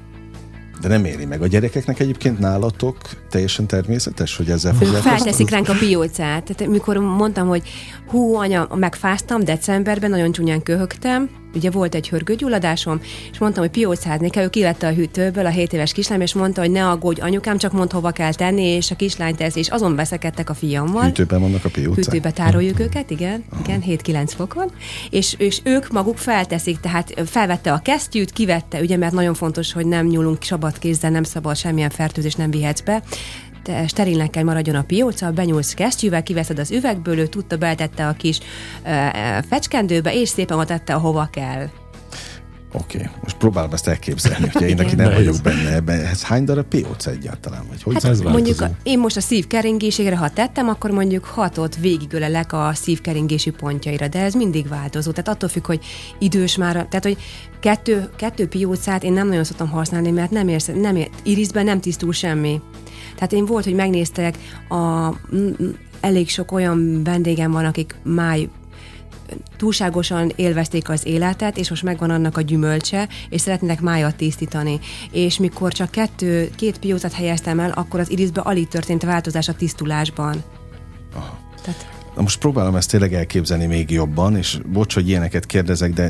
De nem éri meg. A gyerekeknek egyébként nálatok teljesen természetes, hogy ezzel foglalkoztok? Felteszik ránk a piócát. Tehát mikor mondtam, hogy hú, anya, megfáztam decemberben, nagyon csúnyán köhögtem, ugye volt egy hörgőgyulladásom, és mondtam, hogy piócázni kell, ő kivette a hűtőből a hét éves kislány, és mondta, hogy ne aggódj, anyukám, csak mondd, hova kell tenni, és a kislány teszi, és azon veszekedtek a fiammal. Hűtőben vannak a piócák? Hűtőbe tároljuk őket, igen, igen, hét-kilenc fokon, és, és ők maguk felteszik, tehát felvette a kesztyűt, kivette, ugye, mert nagyon fontos, hogy nem nyúlunk szabad kézzel, nem szabad semmilyen fertőzés, nem vihetsz be. Sterilnek kell maradjon a pióca, benyúlsz kesztyűvel, kiveszed az üvegből, ő tudta, beltette a kis uh, fecskendőbe, és szépen ott tette, ahova kell. Oké, okay. Most próbálom ezt elképzelni, hogyha én neki nem vagyok benne ebben. Ez hány darab pióca egyáltalán? Vagy hogy hát ez mondjuk a, én most a szívkeringéségre, ha tettem, akkor mondjuk hatot végigölelek a szívkeringési pontjaira, de ez mindig változó. Tehát attól függ, hogy idős már, tehát hogy kettő, kettő piócát én nem nagyon szoktam használni, mert nem érsz, nem ér, iriszben nem tisztul semmi. Tehát én volt, hogy megnéztek, a, elég sok olyan vendégem van, akik máj túlságosan élvezték az életet, és most megvan annak a gyümölcse, és szeretnének májat tisztítani. És mikor csak kettő, két piócát helyeztem el, akkor az iriszbe alig történt változás a tisztulásban. Aha. Tehát... Na most próbálom ezt tényleg elképzelni még jobban, és bocs, hogy ilyeneket kérdezek, de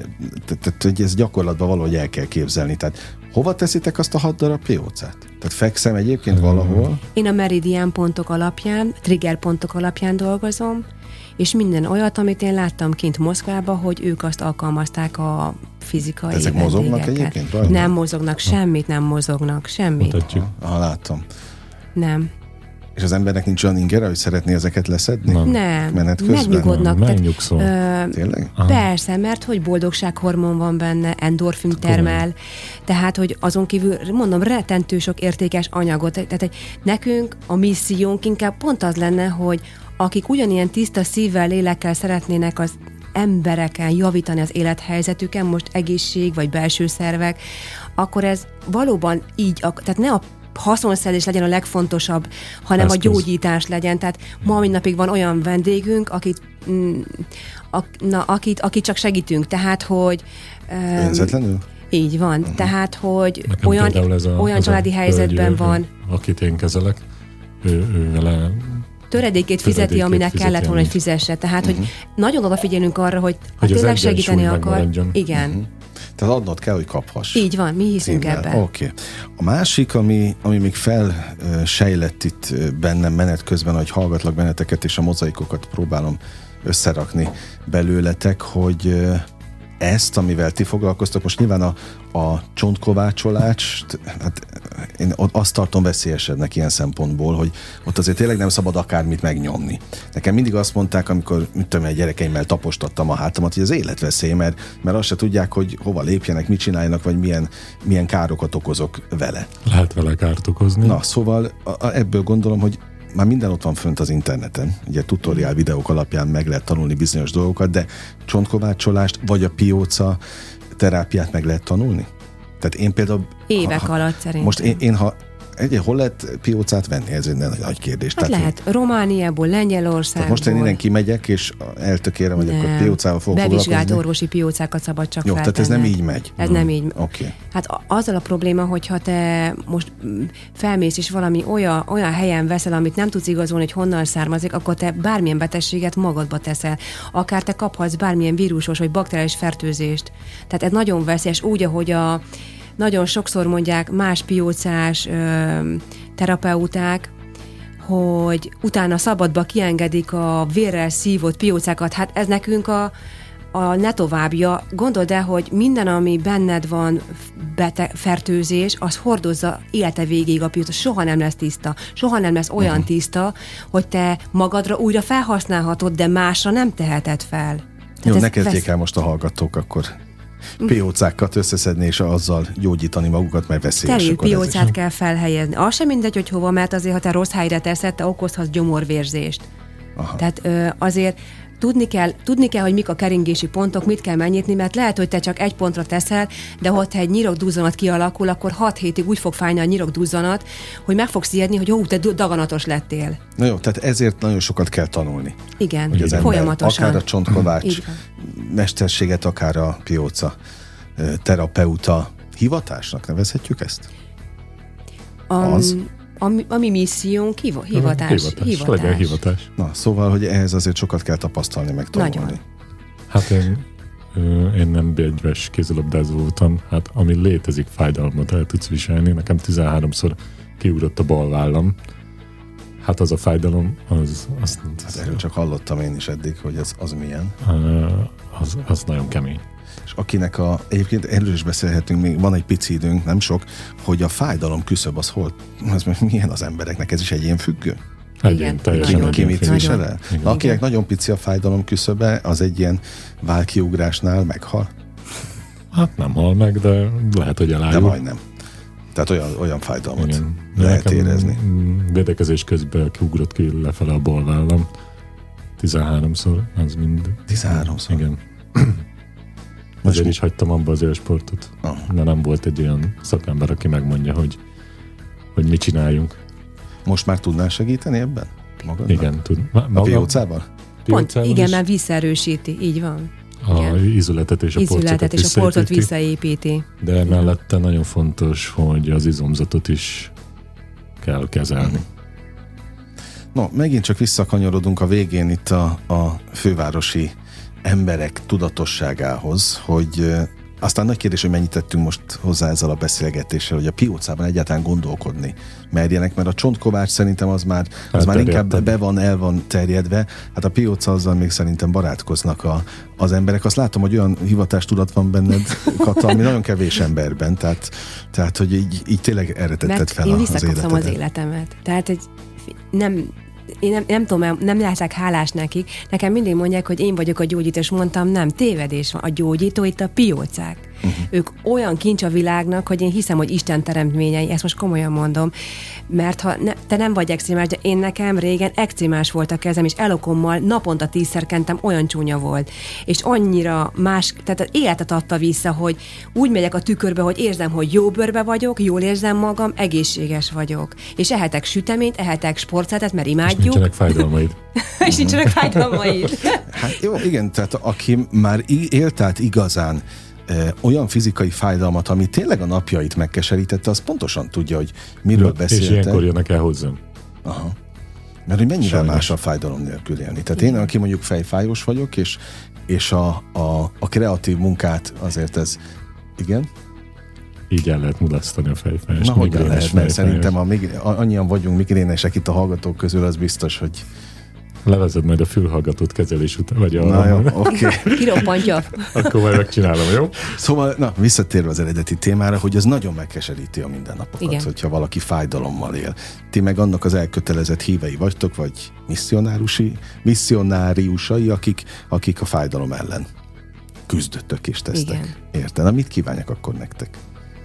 ez gyakorlatban valahogy el kell képzelni. Tehát hova teszitek azt a hat darab piócát? Tehát fekszem egyébként valahol? Én a meridian pontok alapján, trigger pontok alapján dolgozom, és minden olyat, amit én láttam kint Moszkvában, hogy ők azt alkalmazták a fizikai ezek mozognak egyébként? Rajta? Nem mozognak, semmit nem mozognak, semmit. Aha, aha, láttam. Nem. És az embernek nincs olyan ingere, hogy szeretné ezeket leszedni? Nem. Nem. Menet közben? Megnyugodnak. Megnyugszol. Tényleg? Aha. Persze, mert hogy boldogsághormon van benne, endorfin termel, tehát, hogy azon kívül, mondom, rettentő sok értékes anyagot. Tehát, hogy nekünk a missziónk inkább pont az lenne, hogy akik ugyanilyen tiszta szívvel, lélekkel szeretnének az embereken javítani az élethelyzetüken, most egészség vagy belső szervek, akkor ez valóban így, tehát ne a haszonszerzés legyen a legfontosabb, hanem eszköz. A gyógyítás legyen. Tehát ma mindnapig van olyan vendégünk, akit, mm, a, na, akit, akit csak segítünk. Tehát, hogy... Pénzetlenül? Um, így van. Uh-huh. Tehát, hogy nekem olyan, a, olyan családi helyzetben hölgy, van. Akit én kezelek, ő, ő vele... töredékét fizeti, töredékét aminek fizeti, kellett volna, hogy fizesse. Tehát, uh-huh. hogy nagyon odafigyelünk arra, hogy ha tényleg segíteni akar... Igen. Uh-huh. Tehát adnod kell, hogy kaphass. Így van, mi hiszünk címmel. Ebben. Oké. Okay. A másik, ami, ami még felsejlett itt bennem menet közben, hogy hallgatlak benneteket, és a mozaikokat próbálom összerakni belőletek, hogy ezt, amivel ti foglalkoztok, most nyilván a, a csontkovácsolást, hát én azt tartom veszélyesebbnek ilyen szempontból, hogy ott azért tényleg nem szabad akármit megnyomni. Nekem mindig azt mondták, amikor mit tudom, egy gyerekeimmel tapostattam a hátamat, hogy az életveszély, mert, mert azt se tudják, hogy hova lépjenek, mit csináljanak, vagy milyen, milyen károkat okozok vele. Lehet vele kárt okozni. Na, szóval a, a, ebből gondolom, hogy már minden ott van fönt az interneten, ugye tutoriál videók alapján meg lehet tanulni bizonyos dolgokat, de csontkovácsolást vagy a pióca terápiát meg lehet tanulni? Tehát én például... Évek ha, alatt szerintem. Most én, én ha Egy, hol lehet piócát venni? Ez egy nagy kérdés. Hát tehát lehet. Én... Romániából, Lengyelországból. Most én innen kimegyek, és eltökérem, hogy akkor piócával fogok Bevizsgált foglalkozni. orvosi piócákat szabad csak Jó, feltenni. tehát ez nem így megy. Ez hmm. nem így. Oké. Okay. Hát azzal a probléma, hogyha te most felmész, és valami olyan, olyan helyen veszel, amit nem tudsz igazolni, hogy honnan származik, akkor te bármilyen betegséget magadba teszel. Akár te kaphatsz bármilyen vírusos vagy bakteriális fertőzést. Tehát ez nagyon veszélyes, úgy, ahogy a nagyon sokszor mondják más piócás ö, terapeuták, hogy utána szabadba kiengedik a vérrel szívott piócákat. Hát ez nekünk a, a ne továbbja. Gondold el, hogy minden, ami benned van bete- fertőzés, az hordozza élete végéig a piócot. Soha nem lesz tiszta. Soha nem lesz olyan uh-huh. tiszta, hogy te magadra újra felhasználhatod, de másra nem teheted fel. Tehát jó, ne kezdjék vesz... el most a hallgatók akkor piócákat összeszedni, és azzal gyógyítani magukat, mert veszélyes. Terül piócát kell felhelyezni. Az sem mindegy, hogy hova, mert azért, ha te rossz helyre teszed, te okozhatsz gyomorvérzést. Aha. Tehát ö, azért tudni kell, tudni kell, hogy mik a keringési pontok, mit kell megnyitni, mert lehet, hogy te csak egy pontra teszel, de ha egy nyirokduzzanat kialakul, akkor hat hétig úgy fog fájni a nyirokduzzanat, hogy meg fogsz ijedni, hogy ó, te daganatos lettél. Na jó, tehát ezért nagyon sokat kell tanulni. Igen, hogy az ember, folyamatosan. akár a csontkovács mesterséget, akár a pióca terapeuta hivatásnak nevezhetjük ezt? Um, az? A, a mi missziónk hiv- hivatás. Hivatás. hivatás. Legyen hivatás. Na, szóval, hogy ehhez azért sokat kell tapasztalni, meg tanulni. Nagyon. Hát én én nem bégyves kézilabdázó voltam, hát ami létezik, fájdalmat el tudsz viselni. Nekem tizenháromszor kiugrott a bal vállam. Hát az a fájdalom, az... az, az hát erről csak hallottam én is eddig, hogy ez az milyen. Az, az nagyon kemény. És akinek a... Egyébként erről is beszélhetünk, még van egy pici időnk, nem sok, hogy a fájdalom küszöb az hol... Az milyen az embereknek? Ez is egyén függő? Egyén, teljesen Ki mit visel el? Na, akinek Igen. nagyon pici a fájdalom küszöbe, az egy ilyen válkiugrásnál meghal? Hát nem hal meg, de lehet, hogy elájul. De majdnem. Tehát olyan, olyan fájdalmat Igen. lehet Nekem érezni. Védekezés közben kiugrott ki lefele a bal vállam. tizenháromszor, az mind. tizenháromszor? Igen. Most Azért is hagytam abba az élsportot. Ah. De nem volt egy olyan szakember, aki megmondja, hogy, hogy mit csináljunk. Most már tudnál segíteni ebben? Magadnak? Igen, tud. Ma, A piócában? Pont, igen, mert visszaerősíti, így van. A Igen. ízületet és a Ízületet porcokat és a portot visszaépíti. visszaépíti. De mellette nagyon fontos, hogy az izomzatot is kell kezelni. No, megint csak visszakanyarodunk a végén itt a, a fővárosi emberek tudatosságához, hogy e, aztán nagy kérdés, hogy mennyit tettünk most hozzá ezzel a beszélgetéssel, hogy a piócában egyáltalán gondolkodni merjenek, mert a csontkovács szerintem az már, az már inkább be van, el van terjedve, hát a pióca azzal még szerintem barátkoznak a, az emberek. Azt látom, hogy olyan hivatástudat van benned, Kata, ami nagyon kevés emberben, tehát, tehát hogy így, így tényleg erre tetted fel én az visszakaptam életedet. az életemet. Tehát egy, nem, én nem, nem tudom, nem látok hálás nekik. Nekem mindig mondják, hogy én vagyok a gyógyító, és mondtam, nem, tévedés van. A gyógyító itt a piócák. Uh-huh. Ők olyan kincs a világnak, hogy én hiszem, hogy Isten teremtményei, ezt most komolyan mondom, mert ha ne, te nem vagy ekcémás, de én nekem régen ekcémás volt a kezem, és elokommal naponta tízszer kentem, olyan csúnya volt. És annyira más, tehát az életet adta vissza, hogy úgy megyek a tükörbe, hogy érzem, hogy jó bőrbe vagyok, jól érzem magam, egészséges vagyok. És ehetek süteményt, ehetek sportszertet, mert imádjuk. És nincsenek fájdalmaid. És nincsenek fájdalmaid. Hát jó, igen, tehát aki már élt át igazán e, olyan fizikai fájdalmat, ami tényleg a napjait megkeserítette, az pontosan tudja, hogy miről beszéltek. És ilyenkor jönnek el hozzám. Aha. Mert hogy mennyivel Sajnos. más a fájdalom nélkül élni. Tehát én, aki mondjuk fejfájós vagyok, és, és a, a, a kreatív munkát azért ez, igen? Így el lehet mulasztani a fejfájást. Na, hogyan lehet, mert fejfájást. szerintem a, migr- annyian vagyunk migrénesek itt a hallgatók közül, az biztos, hogy... Levezed majd a fülhallgatót kezelés után, vagy a... Na jó, oké. Okay. Kirobbantja. Akkor majd megcsinálom, jó? Szóval, na, visszatérve az eredeti témára, hogy az nagyon megkeseríti a mindennapokat, Igen. hogyha valaki fájdalommal él. Ti meg annak az elkötelezett hívei vagytok, vagy misszionárusi, misszionáriusai, akik, akik a fájdalom ellen küzdöttök és tesztek. Igen. Érted? Na, mit kívánjak akkor nektek?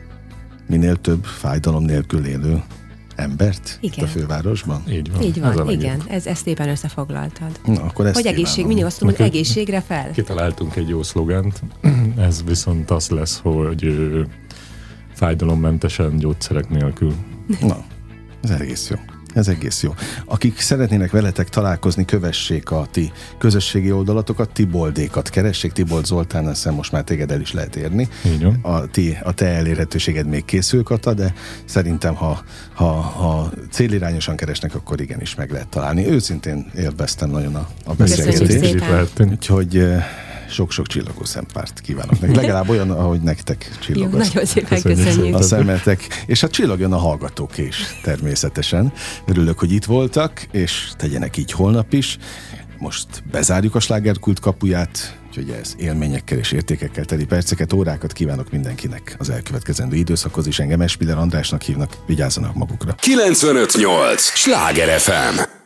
Minél több fájdalom nélkül élő embert itt Igen. a fővárosban? Így van. Így Ez a van, legjobb. igen. Ez, ezt szépen összefoglaltad. Na, akkor ezt Hogy egészség, kívánom. mindig azt mondom, hogy Oké. egészségre fel. Kitaláltunk egy jó szlogánt, ez viszont az lesz, hogy ö, fájdalommentesen, gyógyszerek nélkül. Na, ez egész jó. Ez egész jó. Akik szeretnének veletek találkozni, kövessék a ti közösségi oldalatokat, Tiboldékat keressék, Tibold Zoltán, azt hiszem most már téged el is lehet érni. Így van. A, ti, a te elérhetőséged még készül, Kata, de szerintem, ha, ha, ha célirányosan keresnek, akkor igenis meg lehet találni. Őszintén élveztem nagyon a, a Köszönjük beszélgetést. szépen. Itt lehettünk. Úgyhogy eh, sok-sok csillogó szempárt kívánok nektek. Legalább olyan, ahogy nektek Jó, csillog nagyon szépen Köszönjük köszönjük. a szemetek, és hát csillogjon a hallgatók is, természetesen. Örülök, hogy itt voltak, és tegyenek így holnap is. Most bezárjuk a slágerkult kapuját, úgyhogy ez élményekkel és értékekkel teli perceket, órákat kívánok mindenkinek az elkövetkezendő időszakhoz is. Engem Esmiller Andrásnak hívnak, vigyázzanak magukra. kilencvenöt nyolc Sláger ef em